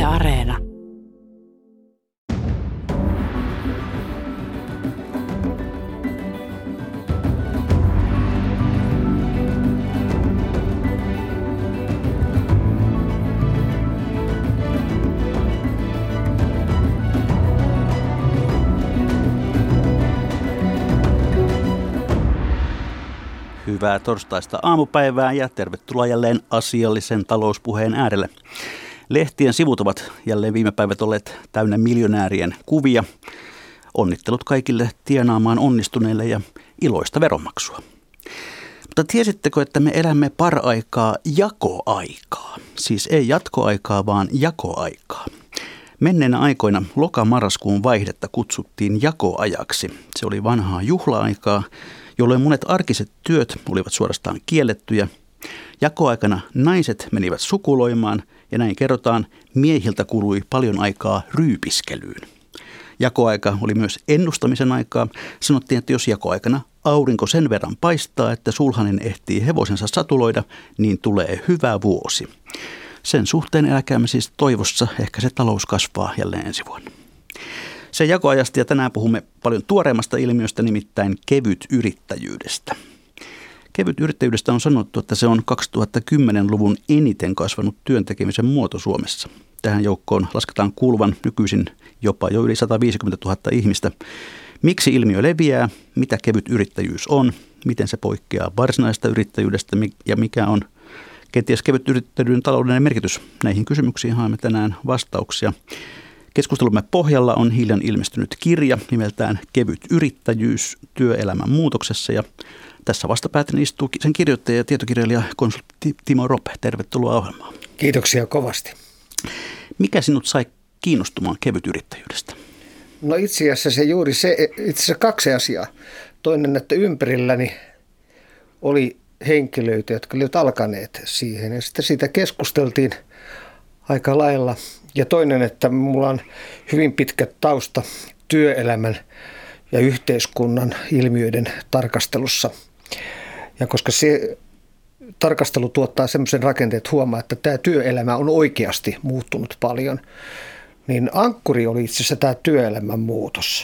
Areena. Hyvää torstaista aamupäivää ja tervetuloa jälleen asiallisen talouspuheen äärelle. Lehtien sivut ovat jälleen viime päivät olleet täynnä miljonäärien kuvia. Onnittelut kaikille tienaamaan onnistuneille ja iloista veronmaksua. Mutta tiesittekö, että me elämme paraikaa jakoaikaa? Siis ei jatkoaikaa, vaan jakoaikaa. Menneenä aikoina loka-marraskuun vaihdetta kutsuttiin jakoajaksi. Se oli vanhaa juhla-aikaa, jolloin monet arkiset työt olivat suorastaan kiellettyjä. Jakoaikana naiset menivät sukuloimaan ja näin kerrotaan, miehiltä kului paljon aikaa ryypiskelyyn. Jakoaika oli myös ennustamisen aikaa. Sanottiin, että jos jakoaikana aurinko sen verran paistaa, että sulhanen ehtii hevosensa satuloida, niin tulee hyvä vuosi. Sen suhteen eläkäämme siis toivossa, ehkä se talous kasvaa jälleen ensi vuonna. Se jakoajasta ja tänään puhumme paljon tuoreemmasta ilmiöstä, nimittäin kevytyrittäjyydestä. Kevytyrittäjyydestä on sanottu, että se on 2010-luvun eniten kasvanut työntekemisen muoto Suomessa. Tähän joukkoon lasketaan kuuluvan nykyisin jopa jo yli 150 000 ihmistä. Miksi ilmiö leviää, mitä kevytyrittäjyys on, miten se poikkeaa varsinaisesta yrittäjyydestä ja mikä on kenties kevytyrittäjyyden taloudellinen merkitys? Näihin kysymyksiin haemme tänään vastauksia. Keskustelumme pohjalla on hiljan ilmestynyt kirja nimeltään Kevyt yrittäjyys työelämän muutoksessa ja tässä vastapäätänä istuu sen kirjoittaja ja tietokirjailija konsultti Timo Rope. Tervetuloa ohjelmaan. Kiitoksia kovasti. Mikä sinut sai kiinnostumaan kevytyrittäjyydestä? No itse asiassa kaksi asiaa. Toinen, että ympärilläni oli henkilöitä, jotka olivat alkaneet siihen ja sitten siitä keskusteltiin aika lailla. Ja toinen, että mulla on hyvin pitkä tausta työelämän ja yhteiskunnan ilmiöiden tarkastelussa. Ja koska se tarkastelu tuottaa semmoisen rakenteen, että huomaa, että tämä työelämä on oikeasti muuttunut paljon, niin ankkuri oli itse asiassa tämä työelämän muutos.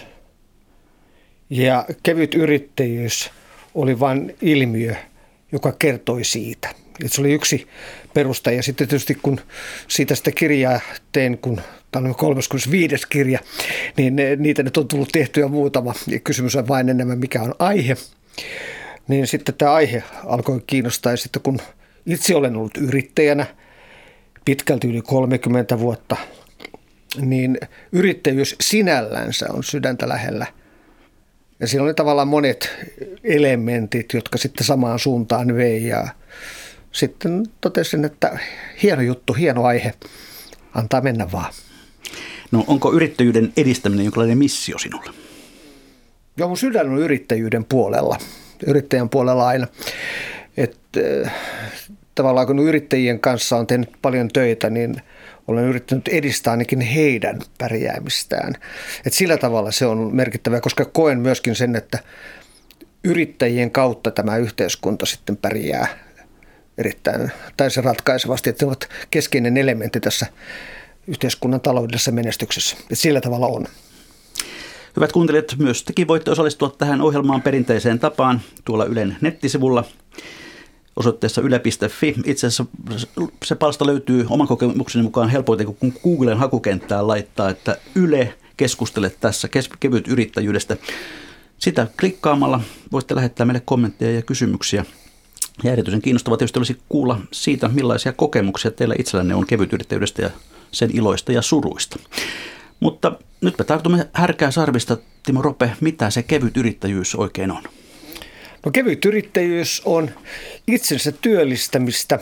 Ja kevyt yrittäjyys oli vain ilmiö, joka kertoi siitä. Se oli yksi perusta ja sitten tietysti kun siitä sitä kirjaa tein, kun tämä on 35. kirja, niin niitä nyt on tullut tehtyä muutama ja kysymys on vain enemmän mikä on aihe. Niin sitten tämä aihe alkoi kiinnostaa ja sitten kun itse olen ollut yrittäjänä pitkälti yli 30 vuotta, niin yrittäjyys sinällänsä on sydäntä lähellä. Ja siinä oli tavallaan monet elementit, jotka sitten samaan suuntaan vei ja sitten totesin, että hieno juttu, hieno aihe, antaa mennä vaan. No onko yrittäjyyden edistäminen jonkinlainen missio sinulle? Joo, mun sydän on yrittäjyyden puolella, yrittäjän puolella aina. Että tavallaan kun yrittäjien kanssa on tehnyt paljon töitä, niin olen yrittänyt edistää ainakin heidän pärjäämistään. Että sillä tavalla se on merkittävää, koska koen myöskin sen, että yrittäjien kautta tämä yhteiskunta sitten pärjää erittäin täysin ratkaisevasti, että ne ovat keskeinen elementti tässä yhteiskunnan taloudellisessa menestyksessä. Että sillä tavalla on. Hyvät kuuntelijat, myös tekin voitte osallistua tähän ohjelmaan perinteiseen tapaan tuolla Ylen nettisivulla osoitteessa yle.fi. Itse asiassa se palsta löytyy oman kokemukseni mukaan helpoiten, kun Googlen hakukenttään laittaa, että Yle keskustele tässä kevyt yrittäjyydestä. Sitä klikkaamalla voitte lähettää meille kommentteja ja kysymyksiä. Ja erityisen kiinnostavaa tietysti olisi kuulla siitä, millaisia kokemuksia teillä itsellänne on kevytyrittäjyydestä ja sen iloista ja suruista. Mutta nyt me tartumme härkää sarvista, Timo Rope, mitä se kevytyrittäjyys oikein on? No kevytyrittäjyys on itsensä työllistämistä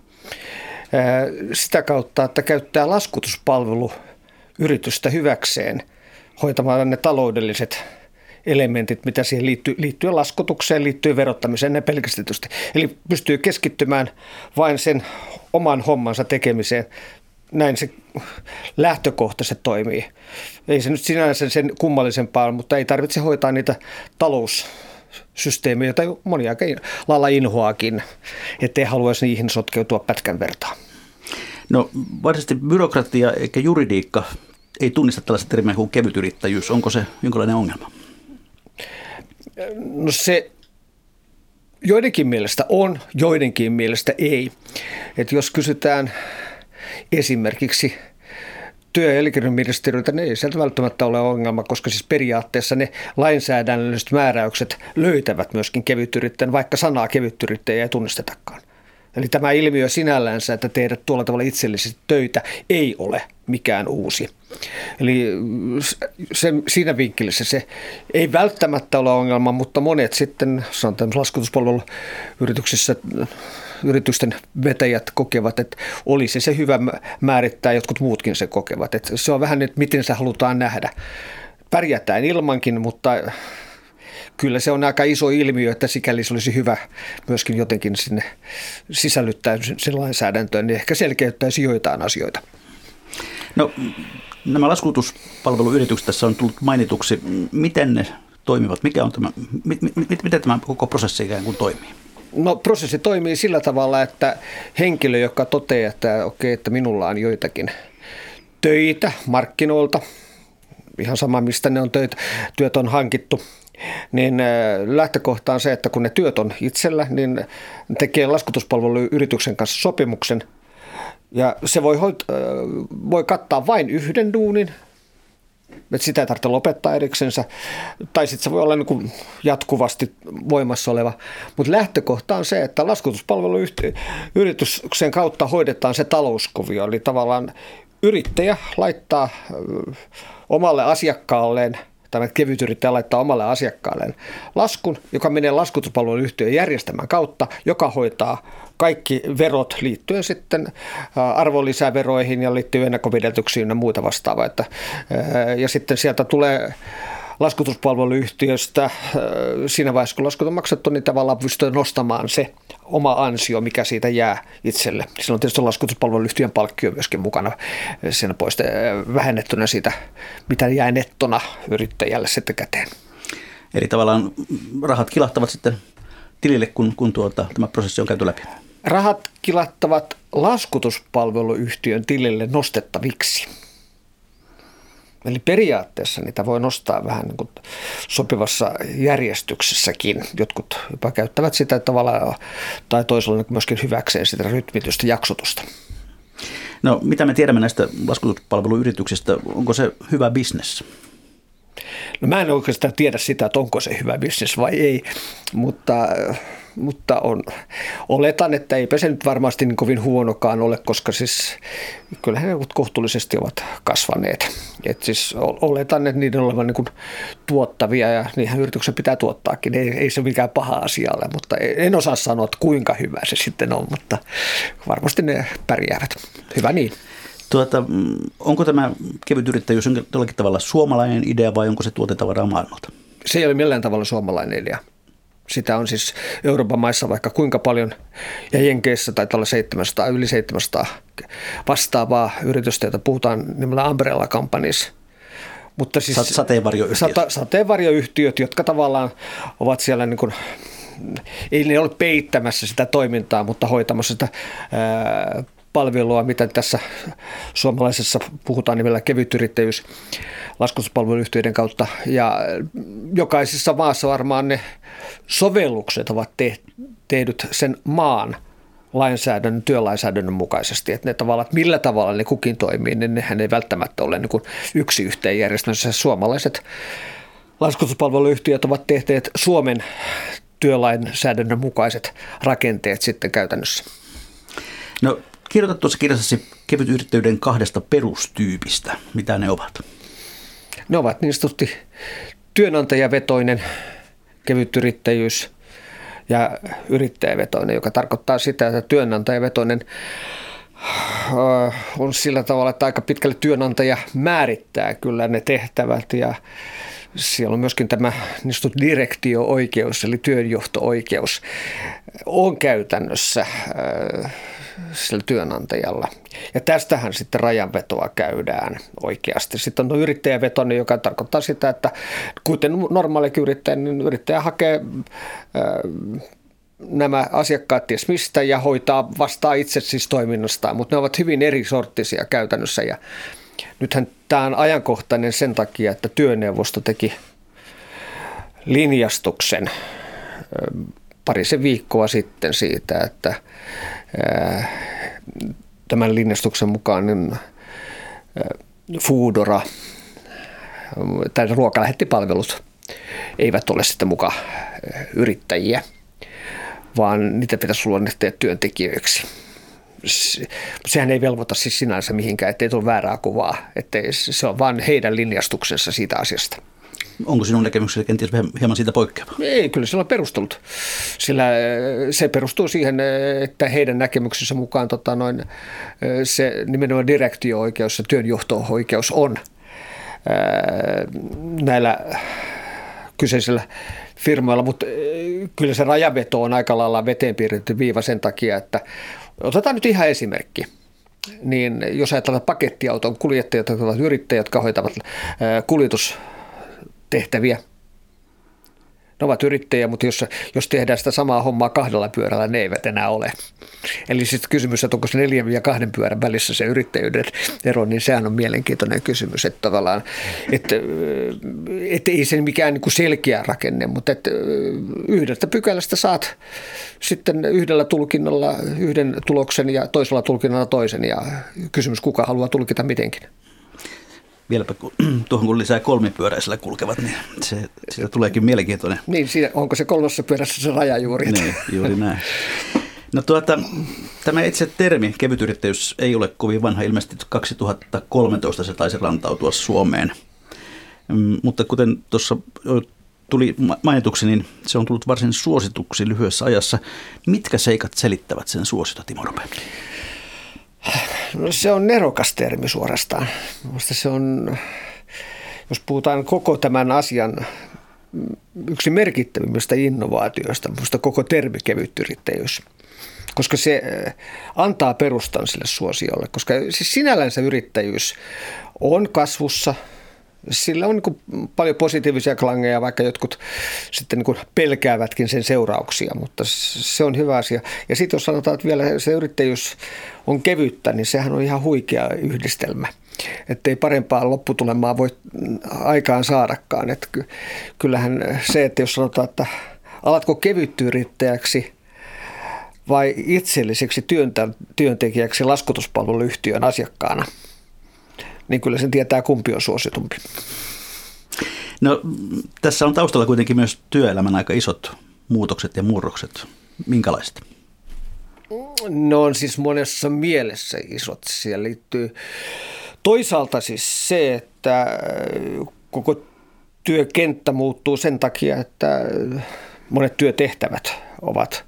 sitä kautta, että käyttää laskutuspalveluyritystä hyväkseen hoitamaan ne taloudelliset elementit, mitä siihen liittyy laskutukseen, liittyy verottamiseen ja pelkästään. Eli pystyy keskittymään vain sen oman hommansa tekemiseen. Näin se lähtökohtaisesti toimii. Ei se nyt sinänsä sen kummallisempaa, mutta ei tarvitse hoitaa niitä taloussysteemejä, joita moni aika lailla inhoakin, ettei haluaisi niihin sotkeutua pätkän vertaa. No varsinaisesti byrokratia eikä juridiikka ei tunnista tällaista termiä kuin kevytyrittäjyys. Onko se jonkinlainen ongelma? No se joidenkin mielestä on, joidenkin mielestä ei. Et jos kysytään esimerkiksi työ- ja elinkeinoministeriöltä, niin ei sieltä välttämättä ole ongelma, koska siis periaatteessa ne lainsäädännölliset määräykset löytävät myöskin kevytyrittäjän, vaikka sanaa kevytyrittäjä ei tunnistetakaan. Eli tämä ilmiö sinällänsä, että tehdä tuolla tavalla itsellisesti töitä, ei ole mikään uusi. Eli siinä vinkkelissä se ei välttämättä ole ongelma, mutta monet sitten, sanotaan laskutuspalveluyrityksissä, yritysten vetäjät kokevat, että olisi se hyvä määrittää, jotkut muutkin se kokevat. Että se on vähän, että miten se halutaan nähdä. Pärjätään ilmankin, mutta kyllä se on aika iso ilmiö, että sikäli se olisi hyvä myöskin jotenkin sinne sisällyttää sen lainsäädäntöön, niin ehkä selkeyttäisi joitain asioita. No, nämä laskutuspalveluyritykset tässä on tullut mainituksi. Miten ne toimivat? Miten tämä koko prosessi ikään kuin toimii? No prosessi toimii sillä tavalla, että henkilö, joka toteaa, että okei, että minulla on joitakin töitä markkinoilta, ihan sama mistä ne on työt on hankittu, niin lähtökohta on se, että kun ne työt on itsellä, niin tekee laskutuspalveluyrityksen kanssa sopimuksen ja se voi kattaa vain yhden duunin, että sitä ei tarvitse lopettaa eriksensä, tai sitten se voi olla niin kuin jatkuvasti voimassa oleva. Mutta lähtökohta on se, että laskutuspalveluyrityksen kautta hoidetaan se talouskuvio, eli tavallaan yrittäjä laittaa omalle asiakkaalleen, tämä kevytyrittäjä laittaa omalle asiakkaalleen laskun, joka menee laskutuspalveluyhtiön järjestelmän kautta, joka hoitaa kaikki verot liittyen sitten arvonlisäveroihin ja liittyen ennakkopideltyksiin ja muuta vastaavaa. Ja sitten sieltä tulee laskutuspalveluyhtiöstä siinä vaiheessa, kun laskut on maksettu, niin tavallaan pystyy nostamaan se oma ansio, mikä siitä jää itselle. Silloin on tietysti laskutuspalveluyhtiön palkkio myöskin mukana siinä pois vähennettynä siitä, mitä jää nettona yrittäjälle sitten käteen. Eli tavallaan rahat kilahtavat sitten tilille, kun tämä prosessi on käyty läpi. Rahat kilahtavat laskutuspalveluyhtiön tilille nostettaviksi. Eli periaatteessa niitä voi nostaa vähän niin kuin sopivassa järjestyksessäkin. Jotkut jopa käyttävät sitä tavalla tai toisella myöskin hyväkseen sitä rytmitystä, jaksotusta. No mitä me tiedämme näistä laskutuspalveluyrityksistä? Onko se hyvä bisnes? No mä en oikeastaan tiedä sitä, että onko se hyvä bisnes vai ei, mutta oletan, että eipä se nyt varmasti niin kovin huonokaan ole, koska siis kyllähän ne kohtuullisesti ovat kasvaneet. Et siis oletan, että niiden olevan niin kuin tuottavia ja niinhän yrityksen pitää tuottaakin. Ei se mikään paha asia ole, mutta en osaa sanoa, että kuinka hyvä se sitten on, mutta varmasti ne pärjäävät. Hyvä niin. Onko tämä kevytyrittäjyys jollakin tavalla suomalainen idea vai onko se tuotetavaraa maailmalta? Se ei ole millään tavalla suomalainen idea. Sitä on siis Euroopan maissa vaikka kuinka paljon ja Jenkeissä taitaa olla yli 700 vastaavaa yritystä, joita puhutaan nimellä Umbrella Companies. Mutta siis sateenvarjoyhtiöt, jotka tavallaan ovat siellä niin kuin, ei ne ole peittämässä sitä toimintaa, mutta hoitamassa sitä palvelua, mitä tässä suomalaisessa puhutaan nimellä kevytyrittäjyys laskutuspalveluyhtiöiden kautta. Ja jokaisessa maassa varmaan ne sovellukset ovat tehdyt sen maan lainsäädännön, työlainsäädännön mukaisesti. Että ne tavallaan, että millä tavalla ne kukin toimii, niin nehän ei välttämättä ole niin kuin yksi yhteen järjestelmässä. Suomalaiset laskutuspalveluyhtiöt ovat tehneet Suomen työlainsäädännön mukaiset rakenteet sitten käytännössä. No, kirjoita tuossa kirjassasi kevytyrittäjyyden 2 perustyypistä. Mitä ne ovat? Ne ovat niin sanotusti työnantajavetoinen kevytyrittäjyys ja yrittäjävetoinen, joka tarkoittaa sitä, että työnantajavetoinen on sillä tavalla, että aika pitkälle työnantaja määrittää kyllä ne tehtävät ja siellä on myöskin tämä niin sanottu direktio-oikeus eli työnjohto-oikeus on käytännössä sillä työnantajalla. Ja tästähän sitten rajanvetoa käydään oikeasti. Sitten on yrittäjävetoinen, joka tarkoittaa sitä, että kuten normaalikin yrittäjä, niin yrittäjä hakee nämä asiakkaat ties mistä ja vastaa itse siis toiminnastaan, mutta ne ovat hyvin eri sorttisia käytännössä. Ja nythän tämä on ajankohtainen sen takia, että työneuvosto teki linjastuksen parisen viikkoa sitten siitä, että tämän linjastuksen mukaan niin Foodora tai ruokalähettipalvelut eivät ole sitten mukaan yrittäjiä, vaan niitä pitäisi luonnehtia työntekijöiksi. Sehän ei velvoita siis sinänsä mihinkään, ettei tule väärää kuvaa, että se on vain heidän linjastuksensa siitä asiasta. Onko sinun näkemyksesi kenties hieman siitä poikkeava? Ei, kyllä sillä on perustelut. Sillä se perustuu siihen, että heidän näkemyksensä mukaan se nimenomaan direktio-oikeus ja työnjohto-oikeus on näillä kyseisillä firmoilla, mutta kyllä se rajaveto on aika lailla veteen piirretty viiva sen takia, että otetaan nyt ihan esimerkki. Niin jos ajatellaan pakettiauton kuljettajat, jotka ovat yrittäjät, jotka hoitavat kuljetustehtäviä, ne ovat yrittäjiä, mutta jos tehdään sitä samaa hommaa kahdella pyörällä, ne eivät enää ole. Eli sitten kysymys, että onko se 4 ja 2 pyörän välissä se yrittäjyyden ero, niin sehän on mielenkiintoinen kysymys, että tavallaan, että ei se mikään niin kuin selkeä rakenne, mutta että yhdestä pykälästä saat sitten yhdellä tulkinnalla yhden tuloksen ja toisella tulkinnalla toisen, ja kysymys, kuka haluaa tulkita mitenkin. Vieläpä tuohon kun lisää kolmipyöräisellä kulkevat, niin siitä tuleekin mielenkiintoinen. Niin, onko se 3 pyörässä se raja juuri? Niin, juuri näin. No tämä itse termi kevytyrittäjyys ei ole kovin vanha, ilmeisesti 2013 se taisi rantautua Suomeen. Mutta kuten tuossa tuli mainituksi, niin se on tullut varsin suosituksi lyhyessä ajassa. Mitkä seikat selittävät sen suosiota, Timo Rope? No, se on nerokas termi suorastaan. Minusta se on, jos puhutaan koko tämän asian yksi merkittävimmistä innovaatioista, minusta koko termi kevytyrittäjyys, koska se antaa perustan sille suosiolle, koska siis sinällänsä yrittäjyys on kasvussa. Sillä on niin paljon positiivisia klangeja, vaikka jotkut sitten niin pelkäävätkin sen seurauksia, mutta se on hyvä asia. Ja sitten jos sanotaan, että vielä se yrittäjyys on kevyttä, niin sehän on ihan huikea yhdistelmä. Että ei parempaa lopputulemaa voi aikaan saadakaan. Että kyllähän se, että jos sanotaan, että alatko kevyttyyrittäjäksi vai itselliseksi työntekijäksi laskutuspalveluyhtiön asiakkaana, niin kyllä sen tietää, kumpi on suositumpi. No, tässä on taustalla kuitenkin myös työelämän aika isot muutokset ja murrokset. Minkälaiset? No on siis monessa mielessä isot. Siellä liittyy toisaalta siis se, että koko työkenttä muuttuu sen takia, että monet työtehtävät ovat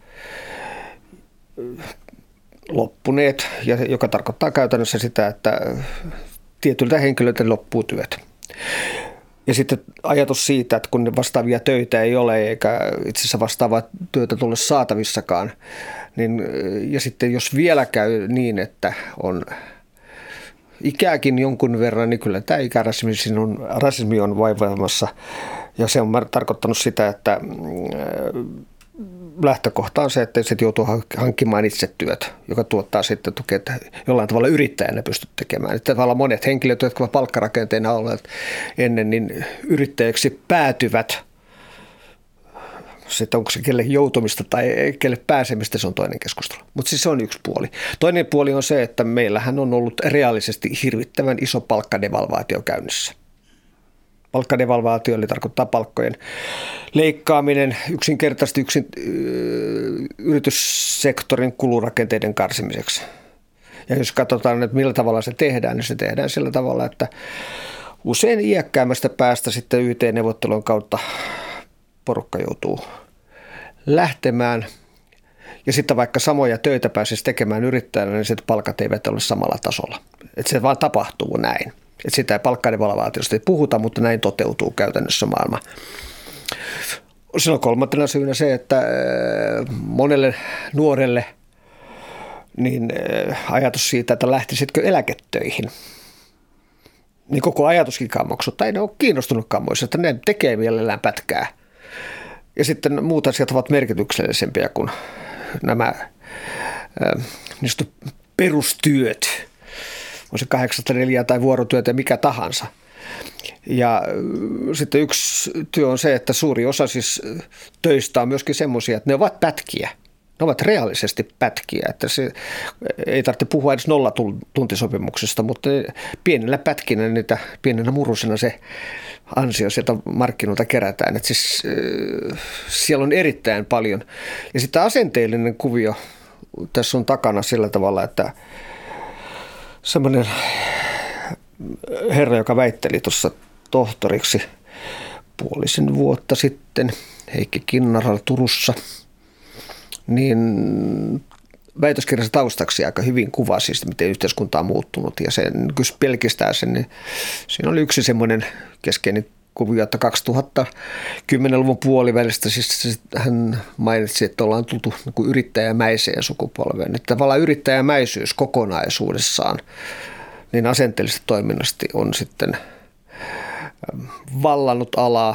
loppuneet, joka tarkoittaa käytännössä sitä, että tietyiltä henkilöiltä loppuu työt. Ja sitten ajatus siitä, että kun vastaavia töitä ei ole eikä itse asiassa vastaavaa työtä tule saatavissakaan, niin, ja sitten jos vielä käy niin, että on ikääkin jonkun verran, niin kyllä tämä ikärasismi on vaivaamassa. Ja se on tarkoittanut sitä, että lähtökohta on se, että sitten joutuu hankkimaan itse työt, joka tuottaa sitten tukea, että jollain tavalla yrittäjänä pystyt tekemään. Että tavallaan monet henkilöt, jotka ovat palkkarakenteena olleet ennen, niin yrittäjäksi päätyvät. Sitten onko se kelle joutumista tai kelle pääsemistä, se on toinen keskustelu. Mutta siis se on yksi puoli. Toinen puoli on se, että meillähän on ollut reaalisesti hirvittävän iso palkkadevalvaatio käynnissä. Palkkadevalvaatio eli tarkoittaa palkkojen leikkaaminen yksinkertaisesti yrityssektorin kulurakenteiden karsimiseksi. Ja jos katsotaan, että millä tavalla se tehdään, niin se tehdään sillä tavalla, että usein iäkkäämmästä päästä sitten YT-neuvottelun kautta porukka joutuu lähtemään. Ja sitten vaikka samoja töitä pääsisi tekemään yrittäjänä, niin sitten palkat eivät ole samalla tasolla. Että se vaan tapahtuu näin. Että sitä palkkadevalvaatiosta ei puhuta, mutta näin toteutuu käytännössä maailma. Se on kolmantena syynä se, että monelle nuorelle niin ajatus siitä, että lähtisitkö eläketöihin, niin koko ajatuskin kammoksuttaa. Ei ne ole kiinnostunut kammoissa, että ne tekee mielellään pätkää. Ja sitten muut asiat ovat merkityksellisempiä kuin nämä niistä perustyöt, on se 8-4 tai vuorotyöt ja mikä tahansa. Ja sitten yksi työ on se, että suuri osa siis töistä on myöskin semmoisia, että ne ovat pätkiä. Ne ovat reaalisesti pätkiä, että se ei tarvitse puhua edes nollatuntisopimuksesta, mutta pienellä pätkinä, niitä pienenä murusena se ansio sieltä markkinoilta kerätään. Että siis siellä on erittäin paljon. Ja sitten asenteellinen kuvio tässä on takana sillä tavalla, että semmoinen herra, joka väitteli tuossa tohtoriksi puolisen vuotta sitten, Heikki Kinnaralla Turussa, niin väitöskirjansa taustaksi aika hyvin kuvasi, miten yhteiskunta on muuttunut ja sen, kun pelkistää sen, niin siinä oli yksi semmoinen keskeinen kuvio, että 2010-luvun puolivälistä siis hän mainitsi, että ollaan tultu niin yrittäjämäiseen sukupolveen. Että tavallaan yrittäjämäisyys kokonaisuudessaan niin asenteellisesti toiminnasti on sitten vallannut alaa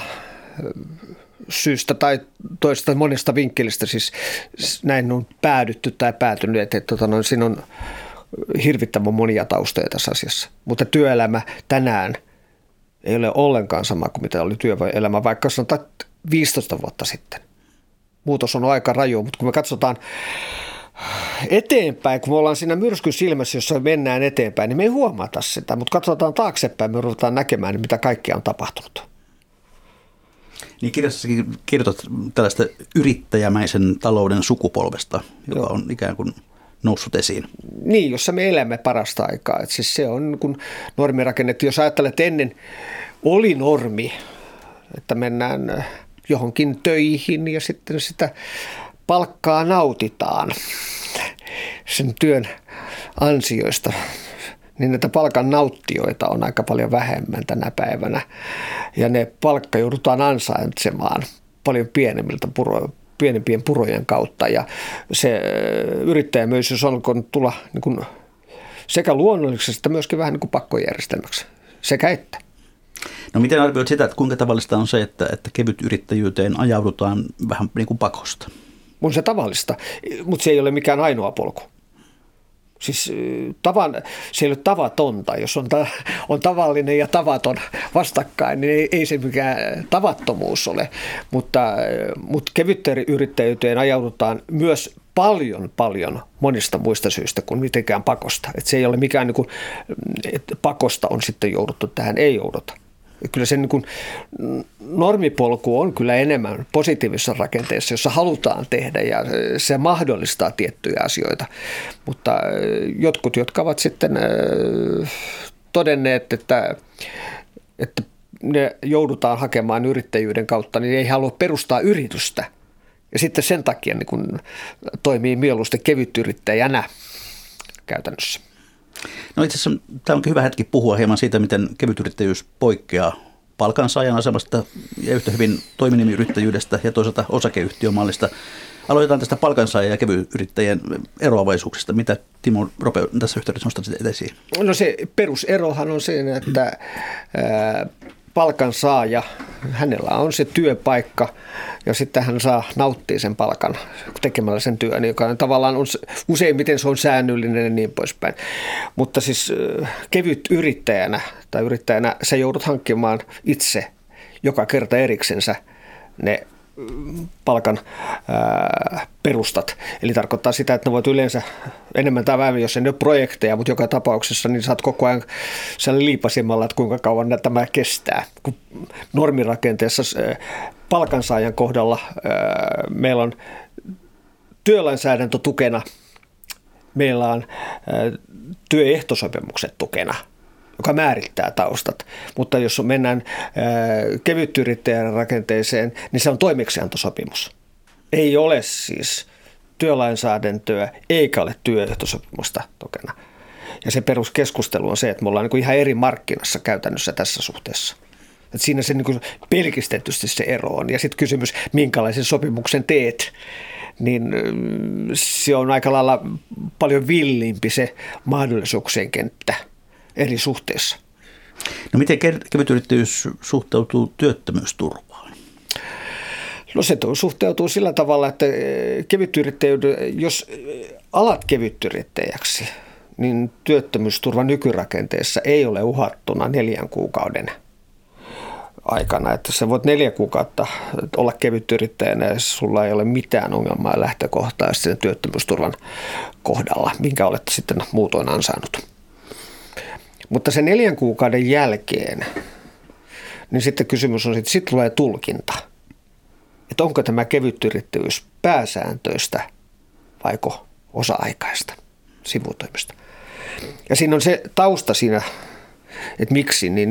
syystä tai toista monesta vinkkelistä, siis näin on päädytty tai päätynyt, että siinä on hirvittävän monia taustoja tässä asiassa. Mutta työelämä tänään ei ole ollenkaan sama kuin mitä oli työelämä, vaikka sanotaan 15 vuotta sitten. Muutos on aika raju, mutta kun me katsotaan eteenpäin, kun me ollaan siinä myrskyn silmässä, jossa mennään eteenpäin, niin me ei huomata sitä, mutta katsotaan taaksepäin, me ruvetaan näkemään, niin mitä kaikkea on tapahtunut. Niin kirjassasikin kirjoitat tällaista yrittäjämäisen talouden sukupolvesta, joka on ikään kuin noussut esiin. Niin, jossa me elämme parasta aikaa. Et siis se on kun normirakennettu. Jos ajattelet, että ennen oli normi, että mennään johonkin töihin ja sitten sitä palkkaa nautitaan sen työn ansioista, niin näitä palkan nauttijoita on aika paljon vähemmän tänä päivänä. Ja ne palkka joudutaan ansaitsemaan paljon pienempien purojen kautta. Ja se yrittäjämyys on tulla niin kuin sekä luonnolliseksi että myöskin vähän niin kuin pakkojärjestelmäksi. Sekä että. No miten arvioit sitä, että kuinka tavallista on se, että kevyt yrittäjyyteen ajaudutaan vähän niin kuin pakosta? On se tavallista, mutta se ei ole mikään ainoa polku. Siis se ei ole tavatonta, jos on tavallinen ja tavaton vastakkain, niin ei se mikään tavattomuus ole, mutta kevyttä yrittäjyyteen ajaudutaan myös paljon monista muista syistä kuin mitenkään pakosta. Et se ei ole mikään, niin kuin, että pakosta on sitten jouduttu tähän, ei jouduta. Kyllä se niin kuin normipolku on kyllä enemmän positiivisessa rakenteessa, jossa halutaan tehdä ja se mahdollistaa tiettyjä asioita. Mutta jotkut, jotka ovat sitten todenneet, että ne joudutaan hakemaan yrittäjyyden kautta, niin ei halua perustaa yritystä. Ja sitten sen takia niin kun toimii mieluusti kevytyrittäjänä käytännössä. No itse asiassa tämä onkin hyvä hetki puhua hieman siitä, miten kevytyrittäjyys poikkeaa palkansaajan asemasta ja yhtä hyvin toiminimiyrittäjyydestä ja toisaalta osakeyhtiömallista. Aloitetaan tästä palkansaajan ja kevytyrittäjien eroavaisuuksista. Mitä Timo Rope tässä yhteydessä nostat esiin? No se peruserohan on siinä, että palkansaaja, hänellä on se työpaikka ja sitten hän saa nauttia sen palkan tekemällä sen työn, joka tavallaan on useimmiten se on säännöllinen ja niin poispäin. Mutta siis kevyt yrittäjänä tai yrittäjänä sä joudut hankkimaan itse joka kerta eriksensä ne palkan perustat. Eli tarkoittaa sitä, että ne voit yleensä enemmän tai vähemmän, jos ei ole projekteja, mutta joka tapauksessa niin saat koko ajan sellainen liipasimalla, että kuinka kauan tämä kestää. Kun normirakenteessa palkansaajan kohdalla meillä on työlainsäädäntö tukena, meillä on työehtosopimukset tukena, joka määrittää taustat. Mutta jos mennään kevytyrittäjän rakenteeseen, niin se on toimeksiantosopimus. Ei ole siis työlainsäädäntöä eikä ole työehtosopimusta tukena. Ja se peruskeskustelu on se, että me ollaan niin kuin ihan eri markkinassa käytännössä tässä suhteessa. Että siinä se niin kuin pelkistetysti se ero on. Ja sitten kysymys, minkälaisen sopimuksen teet, niin se on aika lailla paljon villimpi se mahdollisuuksien kenttä eri suhteissa. No miten kevytyrittäjyys suhtautuu työttömyysturvaan? No se suhteutuu sillä tavalla, että jos alat kevytyrittäjäksi, niin työttömyysturva nykyrakenteessa ei ole uhattuna 4 kuukauden aikana. Että sä voit 4 kuukautta olla kevytyrittäjänä ja sulla ei ole mitään ongelmaa lähtökohtaisesti sen työttömyysturvan kohdalla, minkä olet sitten muutoin ansainnut. Mutta sen 4 kuukauden jälkeen, niin sitten kysymys on, että sitten tulee tulkinta. Että onko tämä kevytyrittäjyys pääsääntöistä vaiko osa-aikaista sivutoimista. Ja siinä on se tausta siinä, että miksi, niin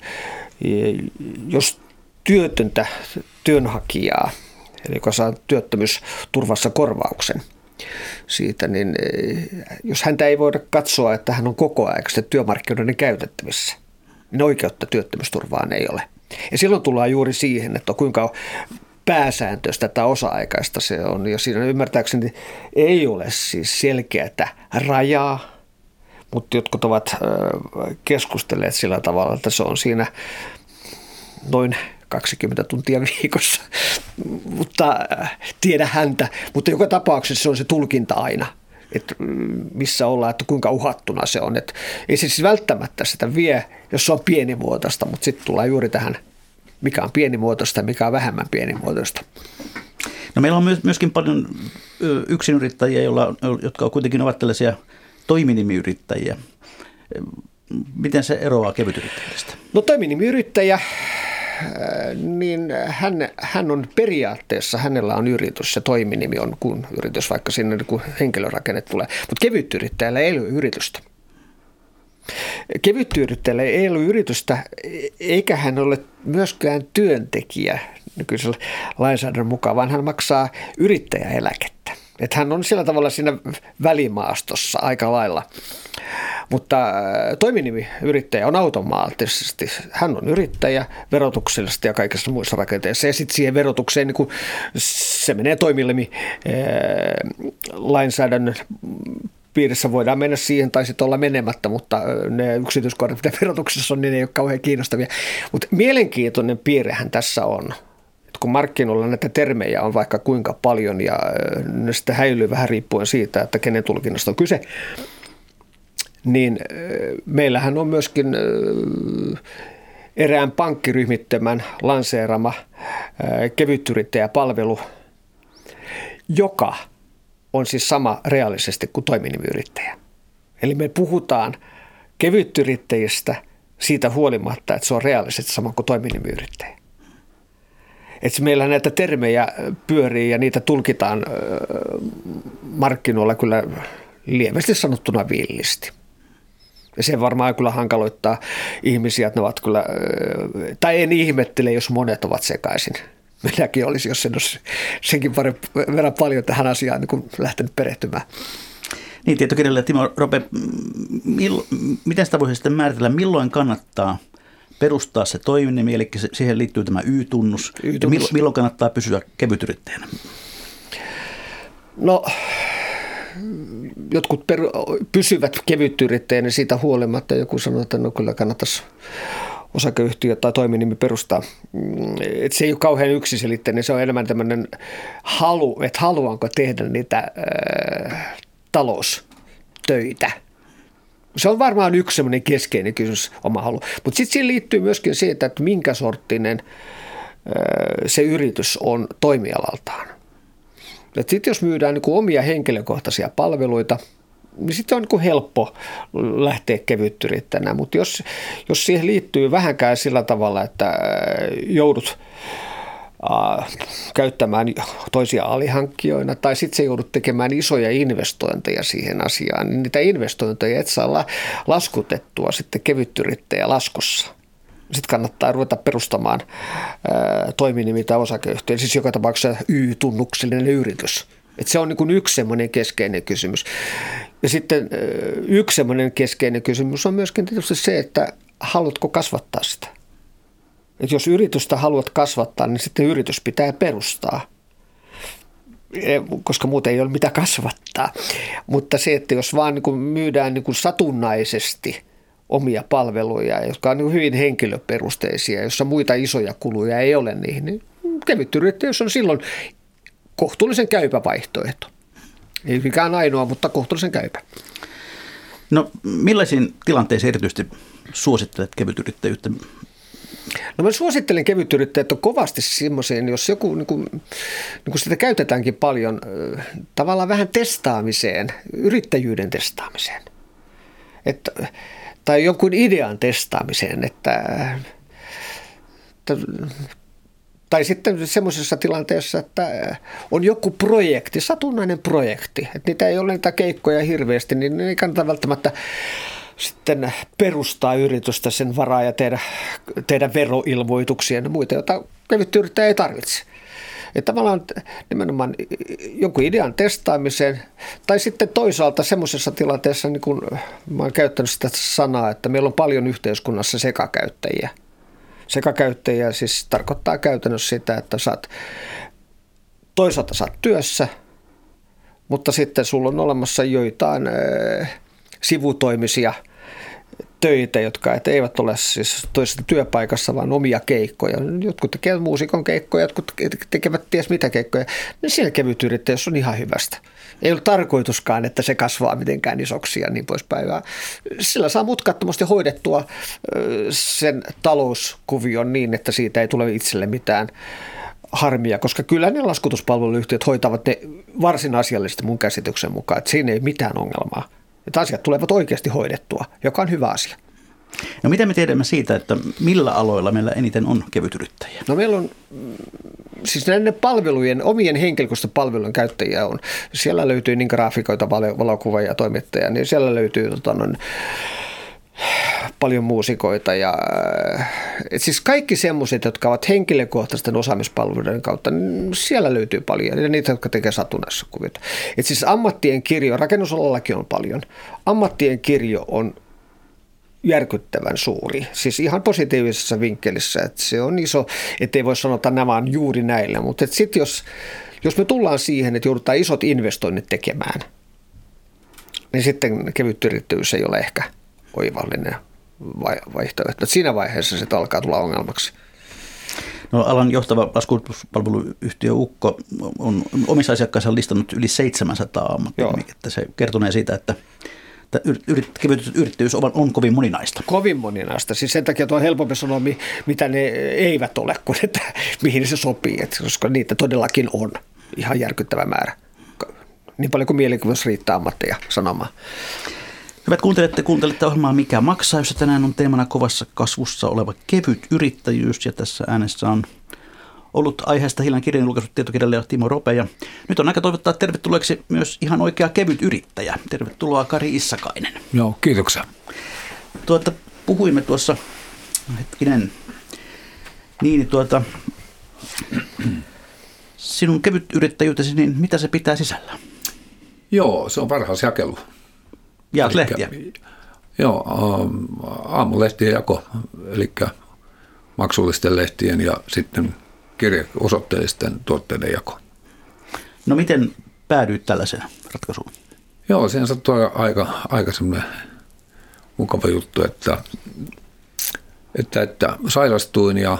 jos työtöntä työnhakijaa, eli joka saa työttömyysturvassa korvauksen siitä, niin jos häntä ei voida katsoa, että hän on kokoaikaisesti työmarkkinoiden käytettävissä, niin oikeutta työttömyysturvaan ei ole. Ja silloin tullaan juuri siihen, että kuinka pääsääntöistä tai osa-aikaista se on. Ja siinä ymmärtääkseni ei ole siis selkeätä rajaa, mutta jotkut ovat keskustelleet sillä tavalla, että se on siinä noin 20 tuntia viikossa, mutta tiedä häntä. Mutta joka tapauksessa se on se tulkinta aina, että missä ollaan, että kuinka uhattuna se on. Että ei se siis välttämättä sitä vie, jos se on pienimuotoista, mutta sitten tullaan juuri tähän, mikä on pienimuotoista ja mikä on vähemmän pienimuotoista. No meillä on myöskin paljon yksinyrittäjiä, jotka kuitenkin ovat tällaisia toiminimiyrittäjiä. Miten se eroaa kevytyrittäjistä? No toiminimiyrittäjä, niin hän on periaatteessa, hänellä on yritys ja toiminimi on kun yritys, vaikka sinne kun henkilörakenne tulee. Mutta kevytyrittäjällä ei ole yritystä. Kevytyrittäjällä ei ole yritystä, eikä hän ole myöskään työntekijä nykyisellä lainsäädännön mukaan, vaan hän maksaa yrittäjäeläkettä. Että hän on sillä tavalla siinä välimaastossa aika lailla. Mutta toiminimiyrittäjä on automaattisesti, hän on yrittäjä verotuksellisesti ja kaikissa muissa rakenteissa. Ja sitten siihen verotukseen niin se menee toiminimilainsäädännön piirissä voidaan mennä siihen tai sitten olla menemättä, mutta ne yksityiskohdat, mitä verotuksessa on, niin ne ei ole kauhean kiinnostavia. Mutta mielenkiintoinen piirrehän tässä on, että kun markkinoilla näitä termejä on vaikka kuinka paljon ja ne sitten häilyy vähän riippuen siitä, että kenen tulkinnasta on kyse, niin meillähän on myöskin erään pankkiryhmittymän lanseerama kevytyrittäjäpalvelu, joka on siis sama reaalisesti kuin toiminimiyrittäjä. Eli me puhutaan kevytyrittäjistä siitä huolimatta, että se on reaalisesti sama kuin toiminimiyrittäjä. Että meillä näitä termejä pyörii ja niitä tulkitaan markkinoilla kyllä lievästi sanottuna villisti. Ja se varmaan kyllä hankaloittaa ihmisiä, että ne ovat kyllä, tai en ihmettele, jos monet ovat sekaisin. Minäkin olisi, jos en olisi senkin verran paljon tähän asiaan niin kun lähtenyt perehtymään. Niin, tietokirjailija Timo Rope, miten sitä voisi sitten määritellä, milloin kannattaa perustaa se toiminimi, eli siihen liittyy tämä Y-tunnus, ja milloin kannattaa pysyä kevytyrittäjänä? No, jotkut pysyvät kevytyrittäjänä siitä huolimatta, joku sanoo, että no kyllä kannattaisi osakeyhtiö tai toiminimi perustaa. Et se ei ole kauhean yksiselitteinen, se on enemmän tämmöinen halu, että haluanko tehdä niitä taloustöitä. Se on varmaan yksi semmoinen keskeinen kysymys, oma halu. Mutta sitten siihen liittyy myöskin siitä, että minkä sorttinen se yritys on toimialaltaan. Sitten jos myydään niin kuin omia henkilökohtaisia palveluita, niin sitten on niin kuin helppo lähteä kevytyrittäjänä. Mutta jos siihen liittyy vähänkään sillä tavalla, että joudut käyttämään toisia alihankkijoina tai sitten se joudut tekemään isoja investointeja siihen asiaan, niin niitä investointeja et saa laskutettua sitten kevytyrittäjä laskussa. Sitten kannattaa ruveta perustamaan toiminimi tai osakeyhtiö, siis joka tapauksessa Y-tunnuksellinen yritys. Et se on niin kuin yksi semmoinen keskeinen kysymys. Ja sitten yksi semmoinen keskeinen kysymys on myöskin tietysti se, että haluatko kasvattaa sitä. Et jos yritystä haluat kasvattaa, niin sitten yritys pitää perustaa, koska muuten ei ole mitä kasvattaa. Mutta se, että jos vaan niin kuin myydään niin kuin satunnaisesti omia palveluja, jotka on niin hyvin henkilöperusteisia, jossa muita isoja kuluja ei ole niihin, niin kevytyrittäjyys on silloin kohtuullisen käypä vaihtoehto. Ei mikään ainoa, mutta kohtuullisen käypä. No millaisiin tilanteisiin erityisesti suosittelet kevytyrittäjyyttä? No mä suosittelen kevytyrittäjyyttä kovasti semmoiseen, jos joku, niin kuin sitä käytetäänkin paljon, tavallaan vähän testaamiseen, yrittäjyyden testaamiseen. Tai jonkun idean testaamiseen, tai sitten semmoisessa tilanteessa, että on joku projekti, satunnainen projekti, että niitä ei ole niitä keikkoja hirveästi, niin ei kannata välttämättä sitten perustaa yritystä sen varaa ja tehdä veroilmoituksia ja muita, joita kevytyrittäjä ei tarvitse. Että tavallaan nimenomaan jonkun idean testaamiseen, tai sitten toisaalta semmoisessa tilanteessa, niin kuin mä oon käyttänyt sitä sanaa, että meillä on paljon yhteiskunnassa sekakäyttäjiä. Sekakäyttäjiä siis tarkoittaa käytännössä sitä, että toisaalta saat työssä, mutta sitten sulla on olemassa joitain sivutoimisia töitä, jotka eivät ole siis toisessa työpaikassa, vaan omia keikkoja. Jotkut tekevät muusikon keikkoja, jotkut tekevät ties mitä keikkoja. Niin siinä kevytyrittäjyys on ihan hyvästä. Ei ole tarkoituskaan, että se kasvaa mitenkään isoksi ja niin poispäin. Sillä saa mutkattomasti hoidettua sen talouskuvion niin, että siitä ei tule itselle mitään harmia, koska kyllä ne laskutuspalveluyhtiöt hoitavat ne varsin asiallisesti mun käsityksen mukaan, että siinä ei mitään ongelmaa. Että asiat tulevat oikeasti hoidettua, joka on hyvä asia. No miten me tiedämme siitä, että millä aloilla meillä eniten on kevytyrittäjiä? No meillä on, siis näiden palvelujen, omien henkilökohtaisten palvelujen käyttäjiä on. Siellä löytyy niin graafikoita, valokuvaajia ja toimittajia, niin siellä löytyy paljon muusikoita. Siis kaikki semmoiset, jotka ovat henkilökohtaisten osaamispalveluiden kautta, niin siellä löytyy paljon. Ja niitä, jotka tekevät satunnaisessa kuvioita. Siis ammattien kirjo, rakennusalallakin on paljon. Ammattien kirjo on järkyttävän suuri. Siis ihan positiivisessa vinkkelissä, että se on iso, ettei voi sanoa, että nämä on juuri näillä. Mutta sitten jos me tullaan siihen, että joudutaan isot investoinnit tekemään, niin sitten kevytyrittäjyys ei ole ehkä oivallinen vaihtoehto. Siinä vaiheessa se alkaa tulla ongelmaksi. No, alan johtava laskutuspalveluyhtiö Ukko on omissa asiakkaissa listannut yli 700 ammattinimikettä. Se kertonee siitä, että kevytyrittäjyys on kovin moninaista. Kovin moninaista. Siis sen takia on helpompi sanoa, mitä ne eivät ole, kuin että mihin se sopii. Koska niitä todellakin on ihan järkyttävä määrä. Niin paljon kuin mielikuvissa riittää ammatteja sanomaan. Hyvät kuuntelette ohjelmaa Mikä maksaa, jossa tänään on teemana kovassa kasvussa oleva kevyt yrittäjyys. Ja tässä äänessä on ollut aiheesta Hiljan kirjan julkaisut tietokirjailija Timo Rope. Ja nyt on aika toivottaa tervetulleeksi myös ihan oikea kevyt yrittäjä. Tervetuloa Kari Issakainen. Joo, kiitoksia. Puhuimme tuossa, sinun kevyt yrittäjyytesi, niin mitä se pitää sisällä? Joo, se on varhaisjakelu. Jaat lehtiä? Joo, aamulehtien jako, eli maksullisten lehtien ja sitten kirjeosoitteellisten tuotteiden jako. No miten päädyit tällaiseen ratkaisuun? Joo, siihen sattui aika semmoinen mukava juttu, että sairastuin ja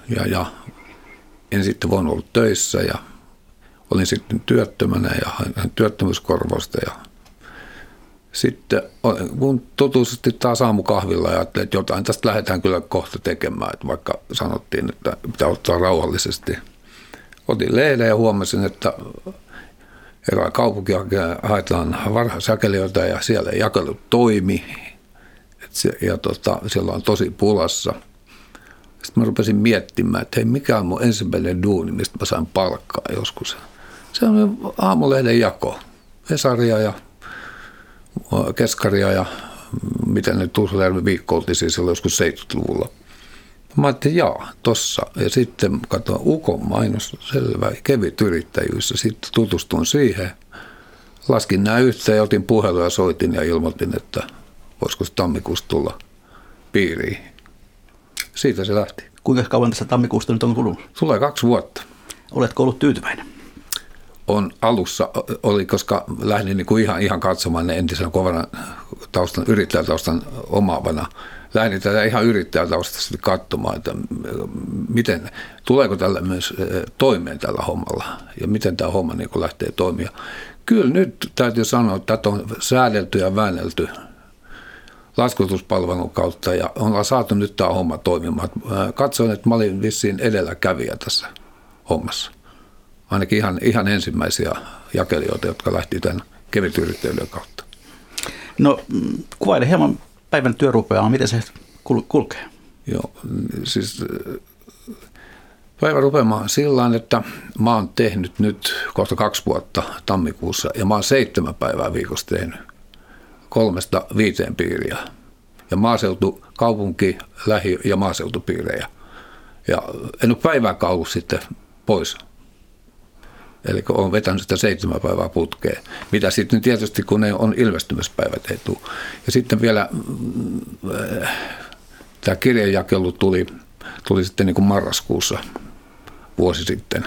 en sitten voinut olla töissä ja olin sitten työttömänä ja hain työttömyyskorvausta ja sitten kun tutustutti taas aamukahvilla ja ajattelin, että jotain tästä lähdetään kyllä kohta tekemään, että vaikka sanottiin, että pitää ottaa rauhallisesti. Otin lehden ja huomasin, että erään kaupunki haetaan varhaisjakelijoita ja siellä jakelu toimi. Ja siellä on tosi pulassa. Sitten mä rupesin miettimään, että hei, mikä on mun ensimmäinen duuni, mistä mä sain palkkaa joskus. Se on aamulehden jako. Hesaria ja Keskaria ja miten ne Tuusuläärven viikko-uutisia silloin joskus 70-luvulla. Mä ajattelin, tossa. Ja sitten katsoin Ukon mainos, selvä, kevyt yrittäjyys. Ja sitten tutustuin siihen. Laskin nämä yhteen ja otin puhelun ja soitin ja ilmoitin, että voisiko se tammikuusta tulla piiriin. Siitä se lähti. Kuinka kauan tässä tammikuusta nyt on kulunut? Tulee 2 vuotta. Oletko ollut tyytyväinen? Alussa oli, koska lähdin niin kuin ihan katsomaan ne entisen kovana yrittäjätaustan omaavana lähdin tätä ihan yrittäjätaustasta katsomaan, että tuleeko tällä myös toimeen tällä hommalla ja miten tämä homma niin lähtee toimia. Kyllä nyt täytyy sanoa, että tätä on säädelty ja väännelty laskutuspalvelun kautta ja ollaan saatu nyt tämä homma toimimaan. Katsoin, että mä olin vissiin edelläkävijä tässä hommassa. Ainakin ihan ensimmäisiä jakelijoita, jotka lähti tämän kevytyrittäjyyden kautta. No kuvaile hieman päivän työrupeaa, miten se kulkee? Joo, siis päivä rupeamaan sillä että mä oon tehnyt nyt kohta 2 vuotta tammikuussa ja mä oon 7 päivää viikossa tehnyt 3-5 piiriä. Ja maaseutu, kaupunki, lähi- ja maaseutupiirejä. Ja en ole päivääkään ollut sitten pois. Eli olen vetänyt sitä 7 päivää putkeen, mitä sitten tietysti kun ne on ilmestymispäivät ei tule. Ja sitten vielä tämä kirjanjakelu tuli sitten niin kuin marraskuussa vuosi sitten.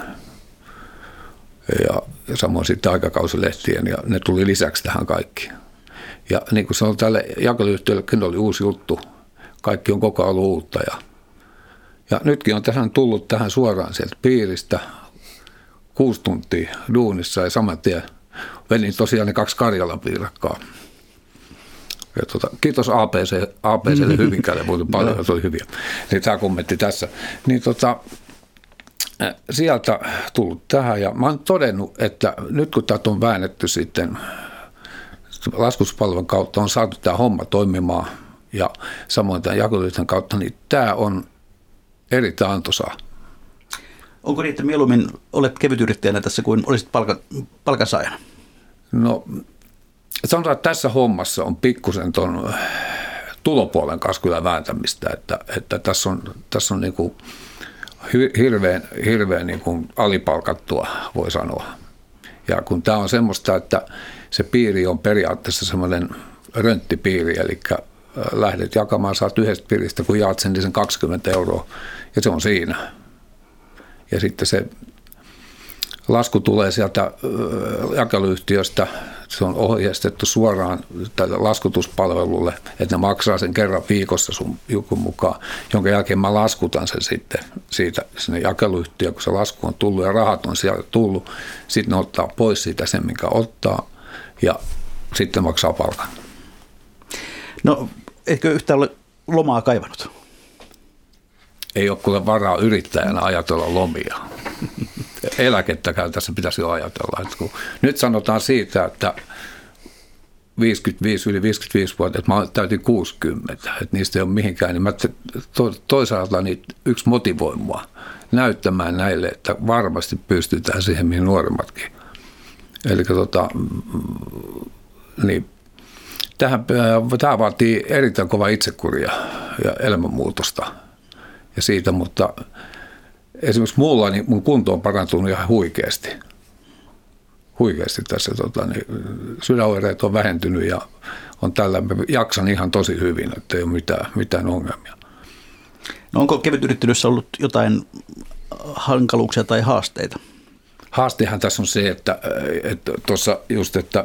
Ja samoin sitten aikakausilehtien ja ne tuli lisäksi tähän kaikkiin. Ja niin kuin sanoin, tälle jakeluyhtiöllekin oli uusi juttu. Kaikki on koko ajan ollut uutta. Ja nytkin on tullut tähän suoraan sieltä piiristä 6 tuntia duunissa ja saman tien venin tosiaan ne 2 Karjalan piirakkaa. Ja kiitos APClle Hyvinkäälle, muuten paljon, se oli hyviä. Eli tämä kommentti tässä. Niin sieltä tullut tähän ja mä oon todennut, että nyt kun tätä on väännetty sitten laskutuspalvelun kautta, on saatu tämä homma toimimaan ja samoin tämän jakeluyhtiön kautta, niin tämä on erittäin antoisaa. Onko niin, että mieluummin olet kevytyrittäjänä tässä kuin olisit palkansaajana? No sanotaan, että tässä hommassa on pikkusen tuon tulopuolen kanssa kyllä vääntämistä, että tässä on niin kuin hirveän niin kuin alipalkattua, voi sanoa. Ja kun tämä on semmoista, että se piiri on periaatteessa semmoinen rönttipiiri, eli lähdet jakamaan, saat yhdestä piiristä, kun jaat sen 20 euroa, ja se on siinä. Ja sitten se lasku tulee sieltä jakeluyhtiöstä, se on ohjeistettu suoraan tälle laskutuspalvelulle, että ne maksaa sen kerran viikossa sun jutun mukaan, jonka jälkeen mä laskutan sen sitten siitä sinne jakeluyhtiöön, kun se lasku on tullut ja rahat on sieltä tullut, sitten ne ottaa pois siitä sen, minkä ottaa, ja sitten maksaa palkan. No, eikö yhtään ole lomaa kaivannut? Ei ole kuule varaa yrittäjänä ajatella lomia. Eläkettäkään tässä pitäisi jo ajatella. Että kun nyt sanotaan siitä, että yli 55-vuotiaat, mä täytin 60, että niistä ei ole mihinkään, niin mä toisaalta niin yksi motivoi mua näyttämään näille, että varmasti pystytään siihen, mihin nuoremmatkin. Eli niin, tämä vaatii erittäin kova itsekuria ja elämänmuutosta ja siitä, mutta esimerkiksi mulla niin mun kunto on parantunut ihan huikeasti tässä. Niin sydänoireet on vähentynyt ja on tällä, jaksan ihan tosi hyvin, että ei ole mitään ongelmia. No onko kevytyrittäjyydessä ollut jotain hankaluuksia tai haasteita? Haastehan tässä on se, että tuossa just, että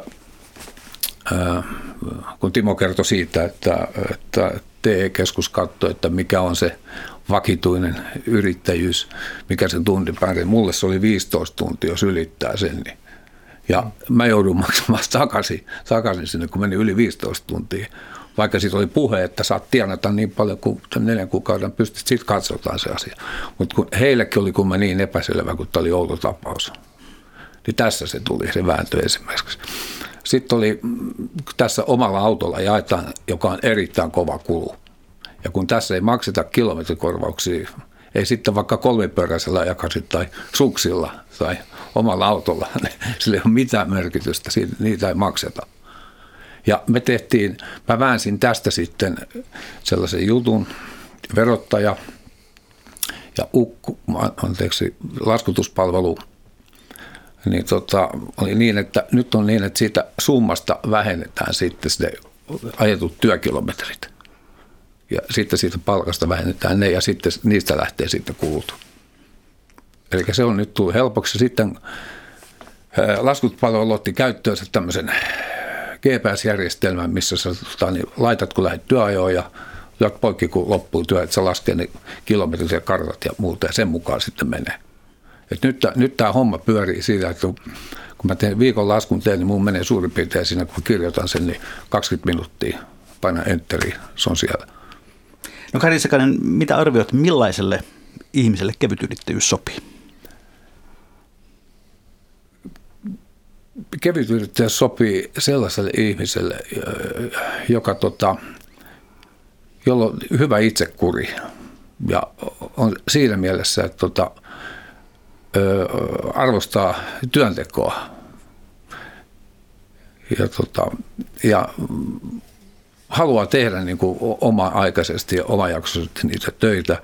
kun Timo kertoi siitä, että TE-keskus katsoi, että mikä on se vakituinen yrittäjyys, mikä se tunti päälle. Mulle se oli 15 tuntia, jos ylittää sen. Niin. Ja mä joudun maksamaan takaisin sinne, kun meni yli 15 tuntia. Vaikka siitä oli puhe, että saat tienata niin paljon kuin 4 kuukauden pystyt, sitten katsotaan se asia. Mutta heillekin oli kun niin epäselvä, kun tämä oli outo tapaus. Niin tässä se tuli, se vääntö esimerkiksi. Sitten oli tässä omalla autolla jaetaan, joka on erittäin kova kulu. Ja kun tässä ei makseta kilometrikorvauksia, ei sitten vaikka 3-pyöräisellä jakasit tai suksilla tai omalla autolla, niin sillä ei ole mitään merkitystä, niitä ei makseta. Ja mä väänsin tästä sitten sellaisen jutun, verottaja ja laskutuspalvelu, niin oli niin, että nyt on niin, että siitä summasta vähennetään sitten ajetut työkilometrit. Ja sitten siitä palkasta vähennetään ne ja sitten niistä lähtee sitten kulut. Eli se on nyt tullut helpoksi. Sitten laskutuspalvelu otti käyttöönsä tämmöisen GPS-järjestelmän, missä sä laitat, kun lähdet työajoon ja lyöt poikki, kun loppuu työ, että sä laskee ne kilometrit ja kartat ja muuta, ja sen mukaan sitten menee. Et nyt tämä homma pyörii siitä, että kun mä viikon laskun teen, niin mun menee suurin piirtein siinä, kun kirjoitan sen, niin 20 minuuttia, painan enteriin, se on siellä. No Kari Sakanen, mitä arvioit, millaiselle ihmiselle kevytyrittäjyys sopii? Kevytyrittäjyys sopii sellaiselle ihmiselle, jolla on hyvä itsekuri ja on siinä mielessä, että arvostaa työntekoa ja haluaa tehdä niin kuin oma-aikaisesti ja omajaksoisesti niitä töitä.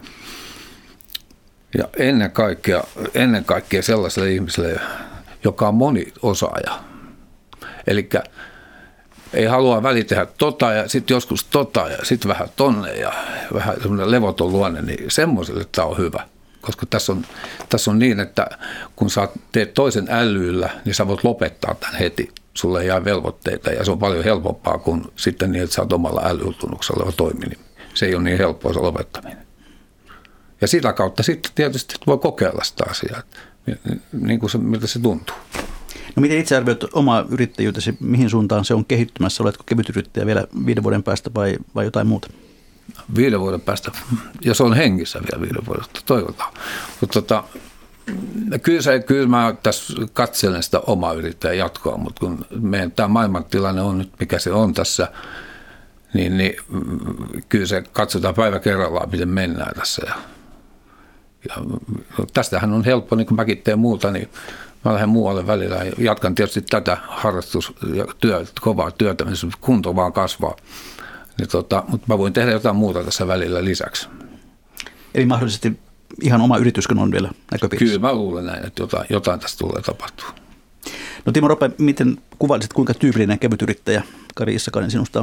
Ja ennen kaikkea sellaiselle ihmiselle, joka on moniosaaja. Eli ei halua välitehdä ja sitten joskus ja sitten vähän tonne ja vähän semmoinen levoton luonne, niin semmoiselle tämä on hyvä. Koska tässä on niin, että kun sä teet toisen älyllä, niin sä voit lopettaa tämän heti. Sulle ei jää velvoitteita ja se on paljon helpompaa kuin sitten niin, että sä oot omalla älytunnuksella toimii. Se ei ole niin helppoa se lopettaminen. Ja sitä kautta sitten tietysti voi kokeilla sitä asiaa, niin kuin miltä se tuntuu. No miten itse arvioit omaa yrittäjyytesi, mihin suuntaan se on kehittymässä? Oletko kevytyrittäjä vielä 5 vuoden päästä vai jotain muuta? 5 vuoden päästä, ja se on hengissä vielä 5 vuoden päästä, toivotaan. Mutta kyllä mä tässä katselen sitä omaa yrittäjän jatkoa, mutta kun meidän tämä maailmantilanne on nyt, mikä se on tässä, niin kyllä se katsotaan päivä kerrallaan, miten mennään tässä. Ja tästähän on helppo, niin kun mäkin teen muuta, niin mä lähden muualle välillä ja jatkan tietysti tätä kovaa työtä, missä kunto vaan kasvaa. Mutta mä voin tehdä jotain muuta tässä välillä lisäksi. Eli mahdollisesti ihan oma yrityskin on vielä näköpiirissä? Kyllä mä luulen näin, että jotain tässä tulee tapahtua. No Timo Rope, miten kuvailisit, kuinka tyypillinen kevytyrittäjä Kari Issakainen sinusta on?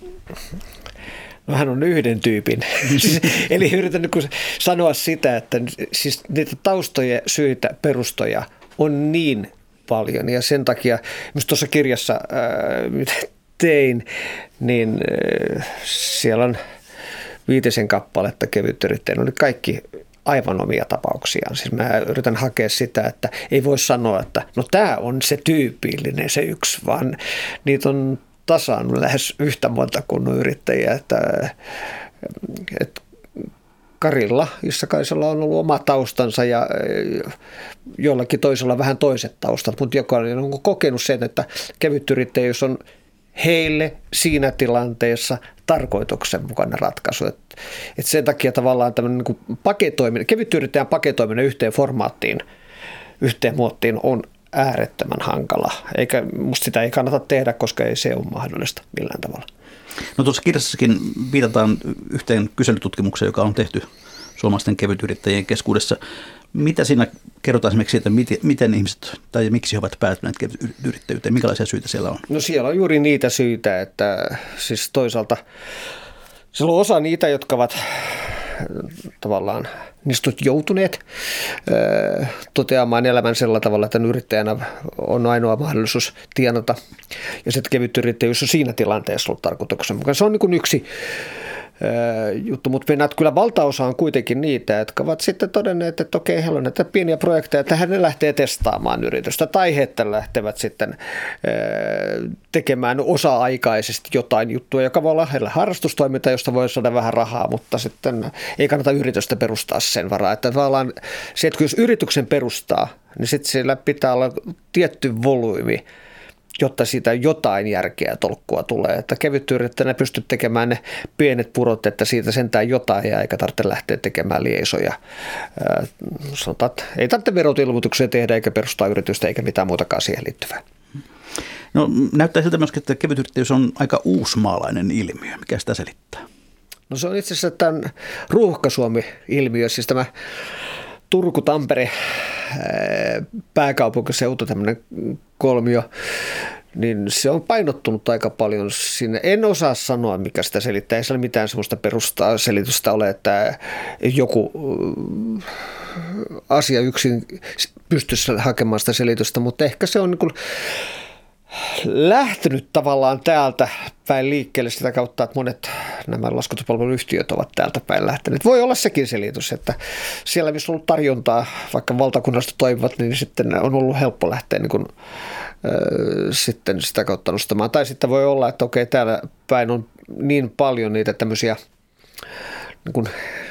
No hän on yhden tyypin. Eli yritän nyt sanoa sitä, että siis niitä taustoja, syitä, perustoja on niin paljon. Ja sen takia, myös tuossa kirjassa, mitä tein, niin siellä on 5 kappaletta kevytyrittäjä. Ne kaikki aivan omia tapauksiaan. Siis mä yritän hakea sitä, että ei voi sanoa, että no tämä on se tyypillinen, se yksi, vaan niitä on tasan lähes yhtä monta kuin yrittäjiä, että Karilla, Issakaisella on ollut oma taustansa ja jollakin toisella vähän toiset taustat, mutta jokainen on kokenut sen, että kevytyrittäjyys on heille siinä tilanteessa tarkoituksenmukainen ratkaisu. Et sen takia tavallaan tämmöinen niin paketoiminen, kevytyrittäjän paketoiminen yhteen formaattiin, yhteen muottiin on äärettömän hankala. Eikä musta sitä ei kannata tehdä, koska ei se ole mahdollista millään tavalla. No tuossa kirjassakin viitataan yhteen kyselytutkimukseen, joka on tehty suomalaisten kevytyrittäjien keskuudessa. Mitä siinä kerrotaan esimerkiksi siitä, miten ihmiset tai miksi he ovat päätyneet kevytyrittäjyyteen? Minkälaisia syitä siellä on? No siellä on juuri niitä syitä, että siis toisaalta siellä on osa niitä, jotka ovat tavallaan niistä joutuneet toteamaan elämän sillä tavalla, että yrittäjänä on ainoa mahdollisuus tienata. Ja sitten kevytyrittäjyys on siinä tilanteessa ollut tarkoituksenmukainen. Se on niin kuin yksi juttu, mutta kyllä valtaosa on kuitenkin niitä, jotka ovat sitten todenneet, että okei, heillä on näitä pieniä projekteja, että ne lähtee testaamaan yritystä tai he lähtevät sitten tekemään osa-aikaisesti jotain juttua, joka voi olla heillä harrastustoiminta, josta voi saada vähän rahaa, mutta sitten ei kannata yritystä perustaa sen varaa. Että tavallaan se, että jos yrityksen perustaa, niin sitten siellä pitää olla tietty volyymi, jotta siitä jotain järkeä tolkkua tulee. Että kevytyrittäjänä pystyt tekemään ne pienet purot, että siitä sentään jotain ja eikä tarvitse lähteä tekemään liesoja. Sanotaan, että ei tarvitse verotilmoituksia tehdä eikä perustaa yritystä eikä mitään muutakaan siihen liittyvää. No näyttää siltä myöskin, että kevytyrittäjyys on aika uusmaalainen ilmiö. Mikä sitä selittää? No se on itse asiassa tämän Ruuhka-Suomi-ilmiö, siis tämä Turku-Tampere pääkaupunkiseutu, tämmöinen kolmio, niin se on painottunut aika paljon sinne. En osaa sanoa, mikä sitä selittää. Ei siellä mitään sellaista selitystä ole, että joku asia yksin pystyisi hakemaan sitä selitystä, mutta ehkä se on niin kuin lähtenyt tavallaan täältä päin liikkeelle sitä kautta, että monet nämä laskutuspalveluyhtiöt ovat täältä päin lähteneet. Voi olla sekin selitys, että siellä missä on ollut tarjontaa, vaikka valtakunnasta toimivat, niin sitten on ollut helppo lähteä niin kuin, sitten sitä kautta nostamaan. Tai sitten voi olla, että okei, täällä päin on niin paljon niitä tämmöisiä niin kuin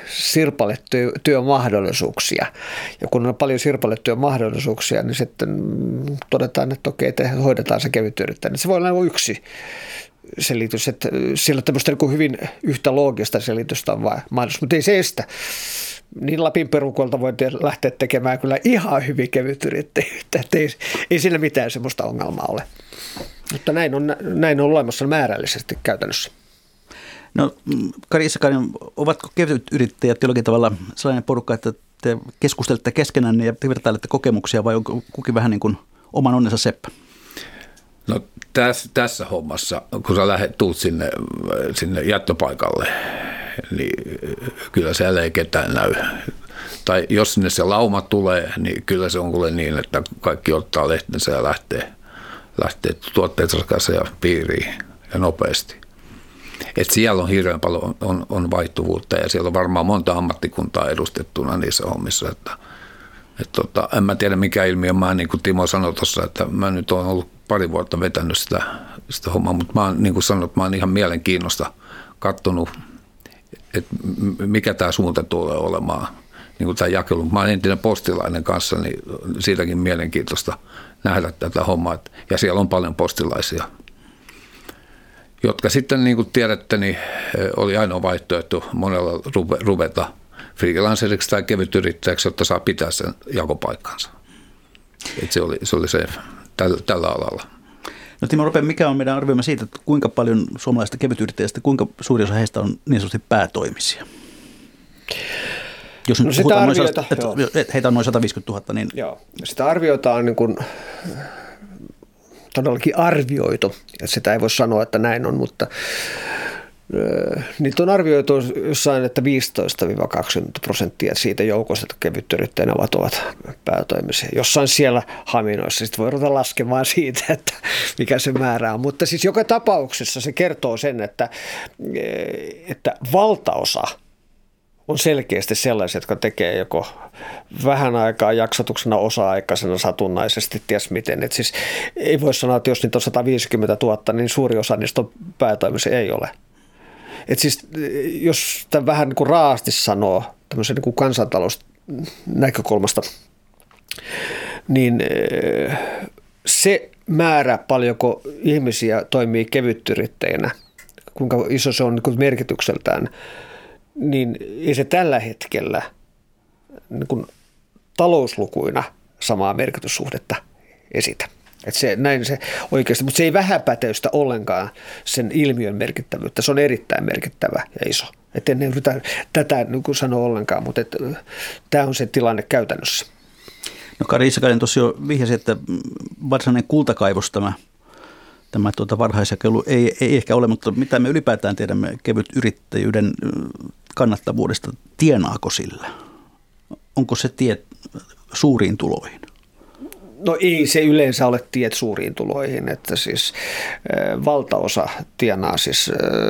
sirpaletyömahdollisuuksia. Ja kun on paljon sirpaletyömahdollisuuksia, niin sitten todetaan, että okei, hoidetaan se kevytyrittäjä. Se voi olla yksi selitys, että siellä tämmöistä niin hyvin yhtä loogista selitystä on vaan mahdollista, mutta ei se estä. Niin Lapin perukolta voi lähteä tekemään kyllä ihan hyvin kevytyrittäjyyttä, että ei siinä mitään semmoista ongelmaa ole. Mutta näin on olemassa määrällisesti käytännössä. No Kari Issakainen, ovatko kevytyrittäjät jollakin tavalla sellainen porukka, että te keskustelette keskenään ja vertailette kokemuksia vai onko kukin vähän niin kuin oman onnensa seppä? No tässä hommassa, kun sä tuut sinne jättöpaikalle, niin kyllä siellä ei ketään näy. Tai jos sinne se lauma tulee, niin kyllä se on kuule niin, että kaikki ottaa lehtensä ja lähtee tuotteet kanssa ja piiriin ja nopeasti. Et siellä on hirveän paljon on vaihtuvuutta ja siellä on varmaan monta ammattikuntaa edustettuna niissä hommissa. En mä tiedä mikä ilmiö. Mä niin kuin Timo sanoi tuossa, että mä nyt olen ollut pari vuotta vetänyt sitä hommaa, mutta mä oon niin kuin sanonut, mä oon ihan mielenkiinnosta katsonut, että mikä tämä suunta tulee olemaan. Niin kuin tämä jakelu. Mä oon entinen postilainen kanssa, niin siitäkin mielenkiintoista nähdä tätä hommaa. Ja siellä on paljon postilaisia, jotka sitten niin kuin tiedätte, niin oli ainoa vaihtoehto monella ruveta freelanceriksi tai kevytyrittäjäksi, jotta saa pitää sen jakopaikkansa. Et se oli se tällä alalla. No Timo Rope, mikä on meidän arvioimme siitä, että kuinka paljon suomalaisista kevytyrittäjistä, kuinka suuri osa heistä on niin sanotusti päätoimisia? Jos nyt puhutaan heitä on noin 150 000, niin... Joo, sitä arviota on niin kuin todellakin arvioitu. Ja sitä ei voi sanoa, että näin on, mutta niitä on arvioitu jossain, että 15-20% siitä joukosta, että kevytyrittäjänä ovat päätoimisia. Jossain siellä haminoissa. Sitten voi ruveta laskemaan siitä, että mikä se määrä on. Mutta siis joka tapauksessa se kertoo sen, että valtaosa on selkeästi sellaisia, jotka tekee joko vähän aikaa jaksotuksena, osa-aikaisena, satunnaisesti, ties miten. Et siis ei voi sanoa, että jos niitä on 150 000, niin suuri osa niistä on päätoimisia, ei ole. Et siis jos tämän vähän niin kuin raasti sanoo tämmöisen niin kuin kansantalousnäkökulmasta, niin se määrä, paljonko ihmisiä toimii kevytyrittäjänä, kuinka iso se on niin kuin merkitykseltään, niin ei se tällä hetkellä niin kuin talouslukuina samaa merkityssuhdetta esitä. Että näin se oikeasti, mutta se ei vähäpätöistä ollenkaan sen ilmiön merkittävyyttä. Se on erittäin merkittävä ja iso. Että en yritä tätä niin kuin sanoa ollenkaan, mutta tämä on se tilanne käytännössä. No Kari Issakainen tuossa jo vihjasi, että varsinainen kultakaivos tämä varhaisjakelu ei ehkä ole, mutta mitä me ylipäätään tiedämme kevyt yrittäjyyden kannattavuudesta, tienaako sillä? Onko se tie suuriin tuloihin? No ei se yleensä ole tiet suuriin tuloihin, että siis valtaosa tienaa siis,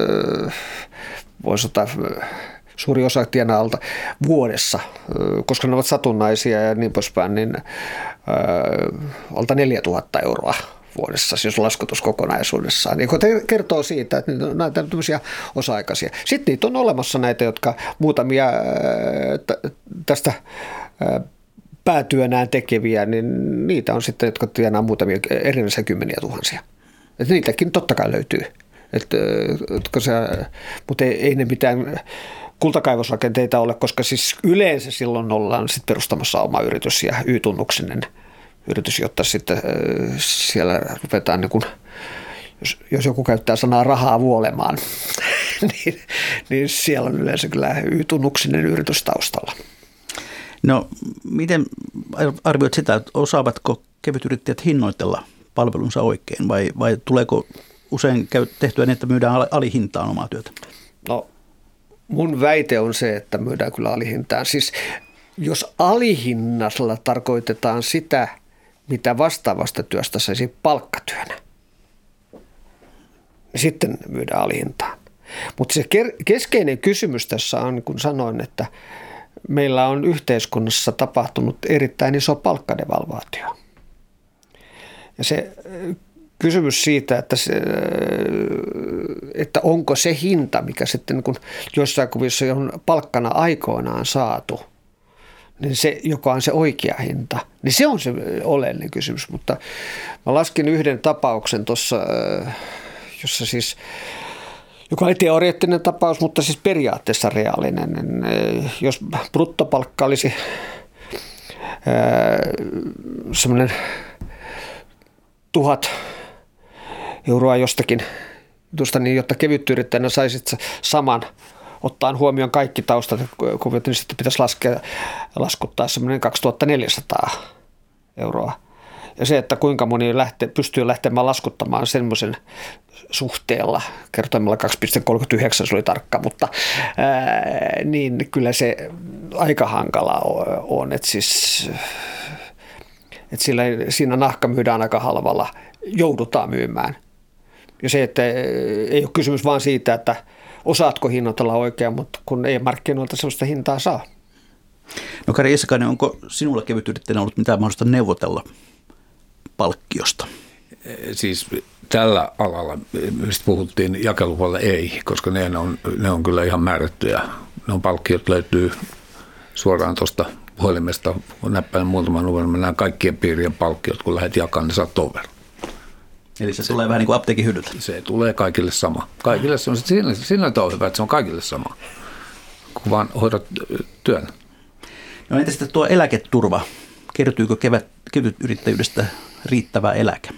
voisi ottaa suuri osa tienaa alta vuodessa, koska ne ovat satunnaisia ja niin poispäin, niin alta 4 000 euroa vuodessa, jos laskutus kokonaisuudessaan. Niin kertoo siitä, että näitä on tämmöisiä osa-aikaisia. Sitten niitä on olemassa näitä, jotka muutamia tästä päätyönään tekeviä, niin niitä on sitten, jotka tienaa muutamia erillisiä kymmeniä tuhansia. Että niitäkin totta kai löytyy. Mutta ei ne mitään kultakaivosrakenteita ole, koska siis yleensä silloin ollaan sitten perustamassa oma yritys ja Y-tunnuksinen yritys, jotta sitten siellä ruvetaan, niin kun, jos joku käyttää sanaa rahaa vuolemaan, niin siellä on yleensä kyllä Y-tunnuksinen yritys taustalla. No, miten arvioit sitä, että osaavatko kevytyrittäjät hinnoitella palvelunsa oikein vai tuleeko usein tehtyä niin, että myydään alihintaan omaa työtä? No, mun väite on se, että myydään kyllä alihintaan. Siis jos alihinnalla tarkoitetaan sitä, mitä vastaavasta työstä saisi palkkatyönä, niin sitten myydään alihintaan. Mutta se keskeinen kysymys tässä on, kun sanoin, että meillä on yhteiskunnassa tapahtunut erittäin iso palkkadevalvaatio. Ja se kysymys siitä, että onko se hinta, mikä sitten kun jossain kuvissa on palkkana aikoinaan saatu, niin se, joka on se oikea hinta, niin se on se oleellinen kysymys. Mutta mä laskin yhden tapauksen tuossa, jossa siis, joka oli teoreettinen tapaus, mutta siis periaatteessa reaalinen. Jos bruttopalkka olisi semmoinen 1 000 euroa jostakin jutusta, niin jotta kevytyrittäjänä saisit saman, ottaen huomioon kaikki taustat ja kuviot, niin sitten pitäisi laskuttaa semmoinen 2400 euroa. Ja se, että kuinka moni pystyy lähtemään laskuttamaan semmoisen suhteella, kertoimella 2,39 se oli tarkka, mutta niin kyllä se aika hankala on, että siis että siinä nahka myydään aika halvalla, joudutaan myymään. Ja se, että ei ole kysymys vaan siitä, että osaatko hinnoitella oikein, mutta kun ei markkinoilta sellaista hintaa saa. No Kari Issakainen, onko sinulla kevytyrittäjänä ollut mitään mahdollista neuvotella palkkiosta? Siis tällä alalla, mistä puhuttiin jakelupuolella ei, koska ne on kyllä ihan määrättyjä. Ne on palkkiot löytyy suoraan tuosta puhelimesta, kun näppäilen muutaman numeron, mä näen kaikkien piirien palkkiot, kun lähdet jakamaan, niin saat ton verran. Eli se tulee vähän niin kuin apteekin hyllyltä. Se tulee kaikille sama. Kaikille se on, siinä on hyvä, että se on kaikille sama, kun vaan hoidat työn. No entä sitten tuo eläketurva? Kertyykö kevytyrittäjyydestä riittävä eläke?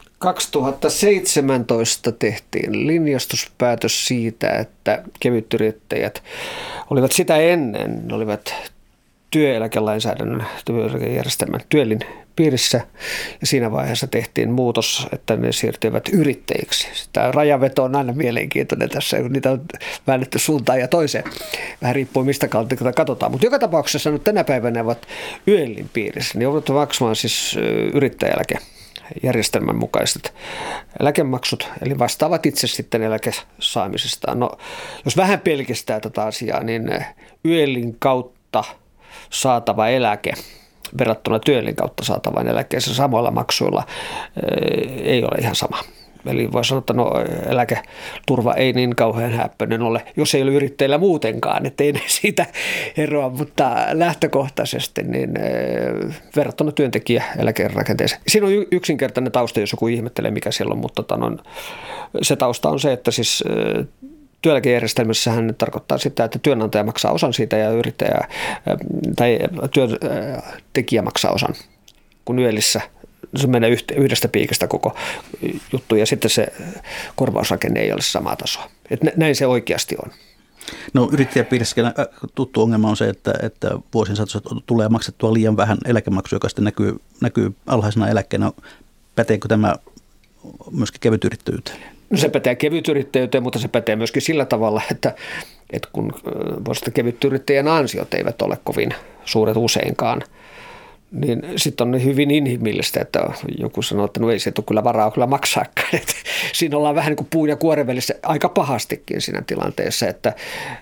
2017 tehtiin linjastuspäätös siitä, että kevytyrittäjät olivat sitä ennen, ne olivat työeläkelainsäädännön, työeläkejärjestelmän työlin piirissä, ja siinä vaiheessa tehtiin muutos, että ne siirtyivät yrittäjiksi. Tämä rajaveto on aina mielenkiintoinen tässä, kun niitä on väännetty suuntaan ja toiseen. Vähän riippuu mistä kautta katsotaan, mutta joka tapauksessa nyt tänä päivänä ne ovat YELin piirissä. Ne joudutaan maksamaan siis yrittäjäeläkejärjestelmän mukaiset eläkemaksut, eli vastaavat itse sitten eläkesaamisestaan. No, jos vähän pelkistää tätä asiaa, niin YELin kautta saatava eläke verrattuna työlin kautta saatavan eläkkeeseen samoilla maksuilla ei ole ihan sama. Eli voi sanoa, että eläketurva ei niin kauhean häppöinen ole, jos ei ole yrittäjillä muutenkaan, ettei ne siitä eroa, mutta lähtökohtaisesti niin verrattuna työntekijäeläkerakenteeseen. Siinä on yksinkertainen tausta, jos joku ihmettelee, mikä siellä on, mutta se tausta on se, että siis työeläkejärjestelmässähän tarkoittaa sitä, että työnantaja maksaa osan siitä ja yrittäjä tai työntekijä maksaa osan, kun YELissä se menee yhdestä piikistä koko juttu ja sitten se korvausrakenne ei ole samaa tasoa. Että näin se oikeasti on. No yrittäjäpiirissä tuttu ongelma on se, että vuosien saatossa tulee maksettua liian vähän eläkemaksuja, joka sitten näkyy alhaisena eläkkeenä. Päteekö tämä myöskin kevytyrittäjyyteen? No se pätee kevytyrittäjyyteen, mutta se pätee myöskin sillä tavalla, että kun kevytyrittäjän ansiot eivät ole kovin suuret useinkaan, niin sitten on hyvin inhimillistä, että joku sanoo, että no ei se tule kyllä varaa kyllä maksaakaan. Että siinä ollaan vähän niin kuin puun ja kuoren välissä aika pahastikin siinä tilanteessa, että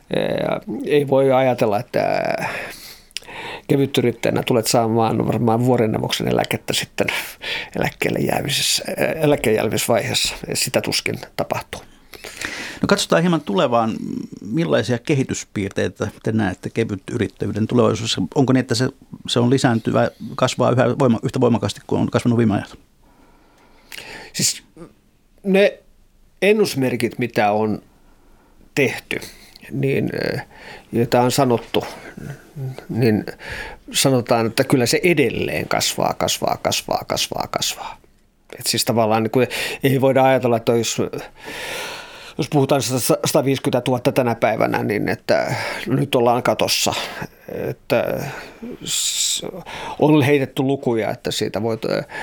ei voi ajatella, että kevytyrittäjänä tulet saamaan varmaan vuorenneuvoksen eläkettä sitten eläkkeelle jäämisvaiheessa. Sitä tuskin tapahtuu. No katsotaan hieman tulevaan. Millaisia kehityspiirteitä te näette kevytyrittäjyyden tulevaisuudessa? Onko niin, että se on lisääntyvä, kasvaa yhtä voimakkaasti kuin on kasvanut viime ajat? Siis ne ennusmerkit, mitä on tehty, niin joita on sanottu, niin sanotaan, että kyllä se edelleen kasvaa. Et siis tavallaan niin ei voida ajatella, että jos puhutaan 150 000 tänä päivänä, niin että nyt ollaan katossa. Että on heitetty lukuja, että siitä voi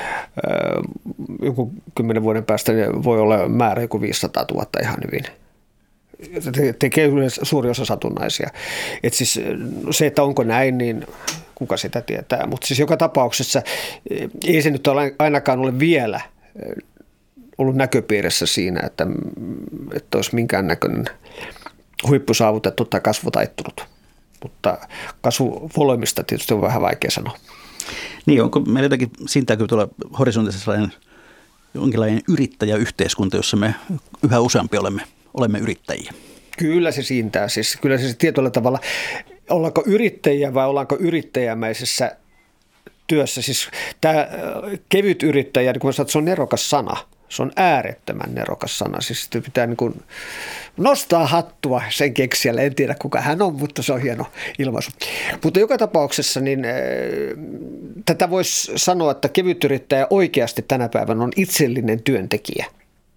joku 10 vuoden päästä voi olla määrä joku 500 000 ihan hyvin. Tekee suuri osa satunnaisia. Et siis se, että onko näin, niin kuka sitä tietää. Mutta siis joka tapauksessa ei se nyt ainakaan ole vielä ollut näköpiirissä siinä, että olisi minkäännäköinen huippu saavutettu tai kasvu taittunut. Mutta kasvuvolyymista tietysti on vähän vaikea sanoa. Niin, onko meillä jotenkin siintääkö tuolla horisontissa sellainen jonkinlainen yrittäjäyhteiskunta, jossa me yhä useampi olemme yrittäjiä? Kyllä se siintää. Siis kyllä se tietyllä tavalla, ollaanko yrittäjiä vai ollaanko yrittäjämäisessä työssä. Siis tämä kevyt yrittäjä, niin kuin sanoin, se on nerokas sana. Se on äärettömän nerokas sana. Siis pitää niin kuin nostaa hattua sen keksijälle. En tiedä kuka hän on, mutta se on hieno ilmaisu. Mutta joka tapauksessa niin tätä voisi sanoa, että kevytyrittäjä oikeasti tänä päivänä on itsellinen työntekijä.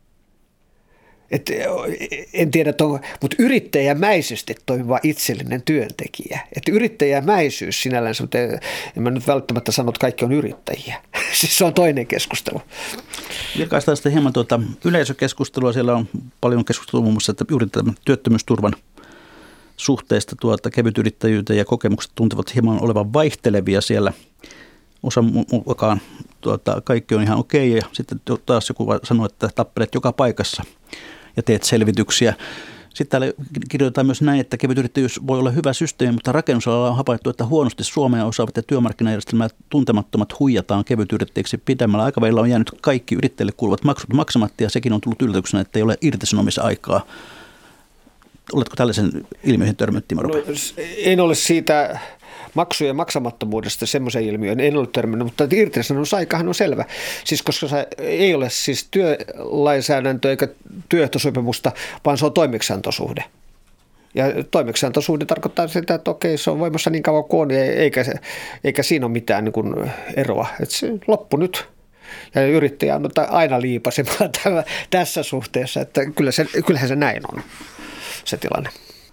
En tiedä, mutta yrittäjämäisesti toimiva itsellinen työntekijä. Että yrittäjämäisyys sinällään, en mä nyt välttämättä sano, että kaikki on yrittäjiä. Siis se on toinen keskustelu. Vilkaistaan sitten hieman yleisökeskustelua. Siellä on paljon keskustelua muun muassa, että juuri työttömyysturvan suhteesta kevytyrittäjyyteen ja kokemukset tuntuvat hieman olevan vaihtelevia siellä. Osa mukaan kaikki on ihan okei ja sitten taas joku sanoo, että tappelet joka paikassa ja teet selvityksiä. Sitten täällä kirjoitetaan myös näin, että kevytyrittäjyys voi olla hyvä systeemi, mutta rakennusalalla on havaittu, että huonosti Suomea osaavat ja työmarkkinajärjestelmää tuntemattomat huijataan kevytyrittäjiksi. Pidemmällä aikavälillä on jäänyt kaikki yrittäjille kuuluvat maksut maksamatta ja sekin on tullut yllätyksenä, että ei ole irtisanomisaikaa. Oletko tällaisen ilmiöihin törmännyt, Timo Rope? No, en ole siitä maksujen maksamattomuudesta semmoisen ilmiön en ole törmännyt, mutta irtisanomisaikahan on selvä. Siis koska se ei ole siis työlainsäädäntö eikä työehtosopimusta, vaan se on toimeksiantosuhde. Ja toimeksiantosuhde tarkoittaa sitä, että okei, se on voimassa niin kauan kuin on, eikä siinä ole mitään niin kuin eroa. Että se loppu nyt. Ja yrittäjä on aina liipasemaan tässä suhteessa, että kyllähän se näin on se tilanne.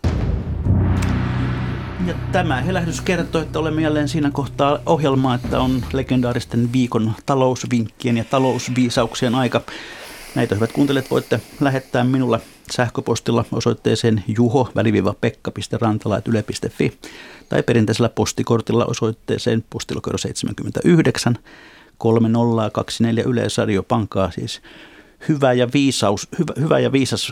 Ja tämä helähdys kertoo, että olemme jälleen siinä kohtaa ohjelmaa, että on legendaaristen viikon talousvinkkien ja talousviisauksien aika. Näitä hyvät kuuntelijat voitte lähettää minulle sähköpostilla osoitteeseen juho-pekka.rantala@yle.fi tai perinteisellä postikortilla osoitteeseen postilokero 79 3024 Yleisradio. Pankaa siis hyvä ja viisas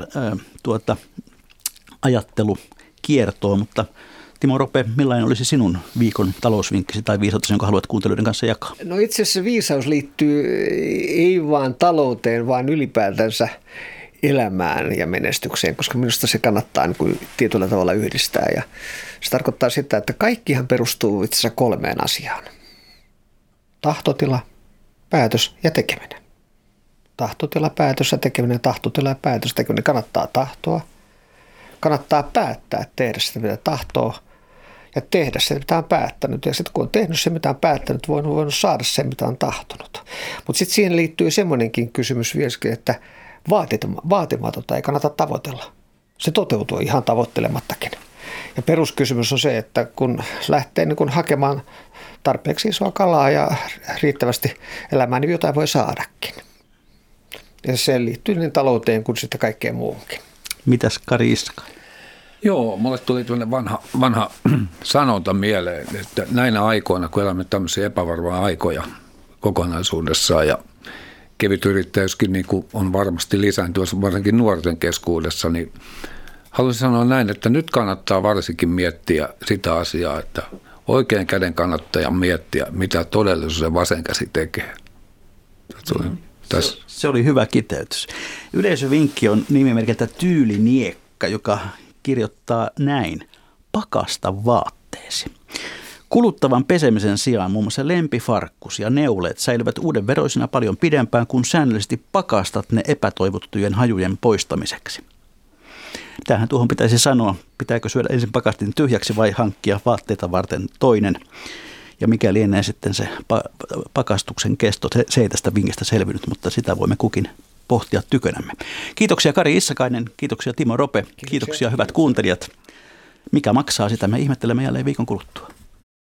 ajattelu kiertoo, mutta Timo Rope, millainen olisi sinun viikon talousvinkkisi tai viisautesi, jonka haluat kuuntelijoiden kanssa jakaa? No itse asiassa viisaus liittyy ei vaan talouteen, vaan ylipäätänsä elämään ja menestykseen, koska minusta se kannattaa niin kuin tietyllä tavalla yhdistää. Ja se tarkoittaa sitä, että kaikkihan perustuu itse asiassa 3 asiaan. Tahtotila, päätös ja tekeminen. Tahtotila, päätös ja tekeminen, tahtotila ja päätös tekeminen. Kannattaa tahtoa. Kannattaa päättää tehdä sitä, mitä tahtoo, ja tehdä se, mitä on päättänyt. Ja sitten kun on tehnyt se, mitä on päättänyt, voinut saada se, mitä on tahtonut. Mutta sitten siihen liittyy semmoinenkin kysymys vielä, että vaatimatonta ei kannata tavoitella. Se toteutuu ihan tavoittelemattakin. Ja peruskysymys on se, että kun lähtee niin kun hakemaan tarpeeksi isoa kalaa ja riittävästi elämään, niin jotain voi saadakin. Ja se liittyy niin talouteen kuin sitten kaikkeen muuhunkin. Mitäs Kari Issakainen? Joo, mulle tuli vanha sanonta mieleen, että näinä aikoina, kun elämme tämmöisiä epävarmaa aikoja kokonaisuudessaan ja kevytyrittäjyyskin niin kuin on varmasti lisääntyvässä, varsinkin nuorten keskuudessa, niin haluaisin sanoa näin, että nyt kannattaa varsinkin miettiä sitä asiaa, että oikein käden kannattaa miettiä, mitä todellisuuden vasen käsi tekee. Se oli hyvä kiteytys. Yleisövinkki on nimimerkiltä Tyyliniekka, joka kirjoittaa näin: pakasta vaatteesi. Kuluttavan pesemisen sijaan muun muassa lempifarkkus ja neuleet säilyvät uuden veroisina paljon pidempään, kun säännöllisesti pakastat ne epätoivottujen hajujen poistamiseksi. Tähän tuohon pitäisi sanoa, pitääkö syödä ensin pakastin tyhjäksi vai hankkia vaatteita varten toinen. Ja mikä lienee sitten se pakastuksen kesto, se ei tästä vinkistä selvinnyt, mutta sitä voimme kukin pohtia tykönämme. Kiitoksia Kari Issakainen, kiitoksia Timo Rope, kiitoksia hyvät kuuntelijat. Mikä maksaa, sitä me ihmettelemme jälleen viikon kuluttua.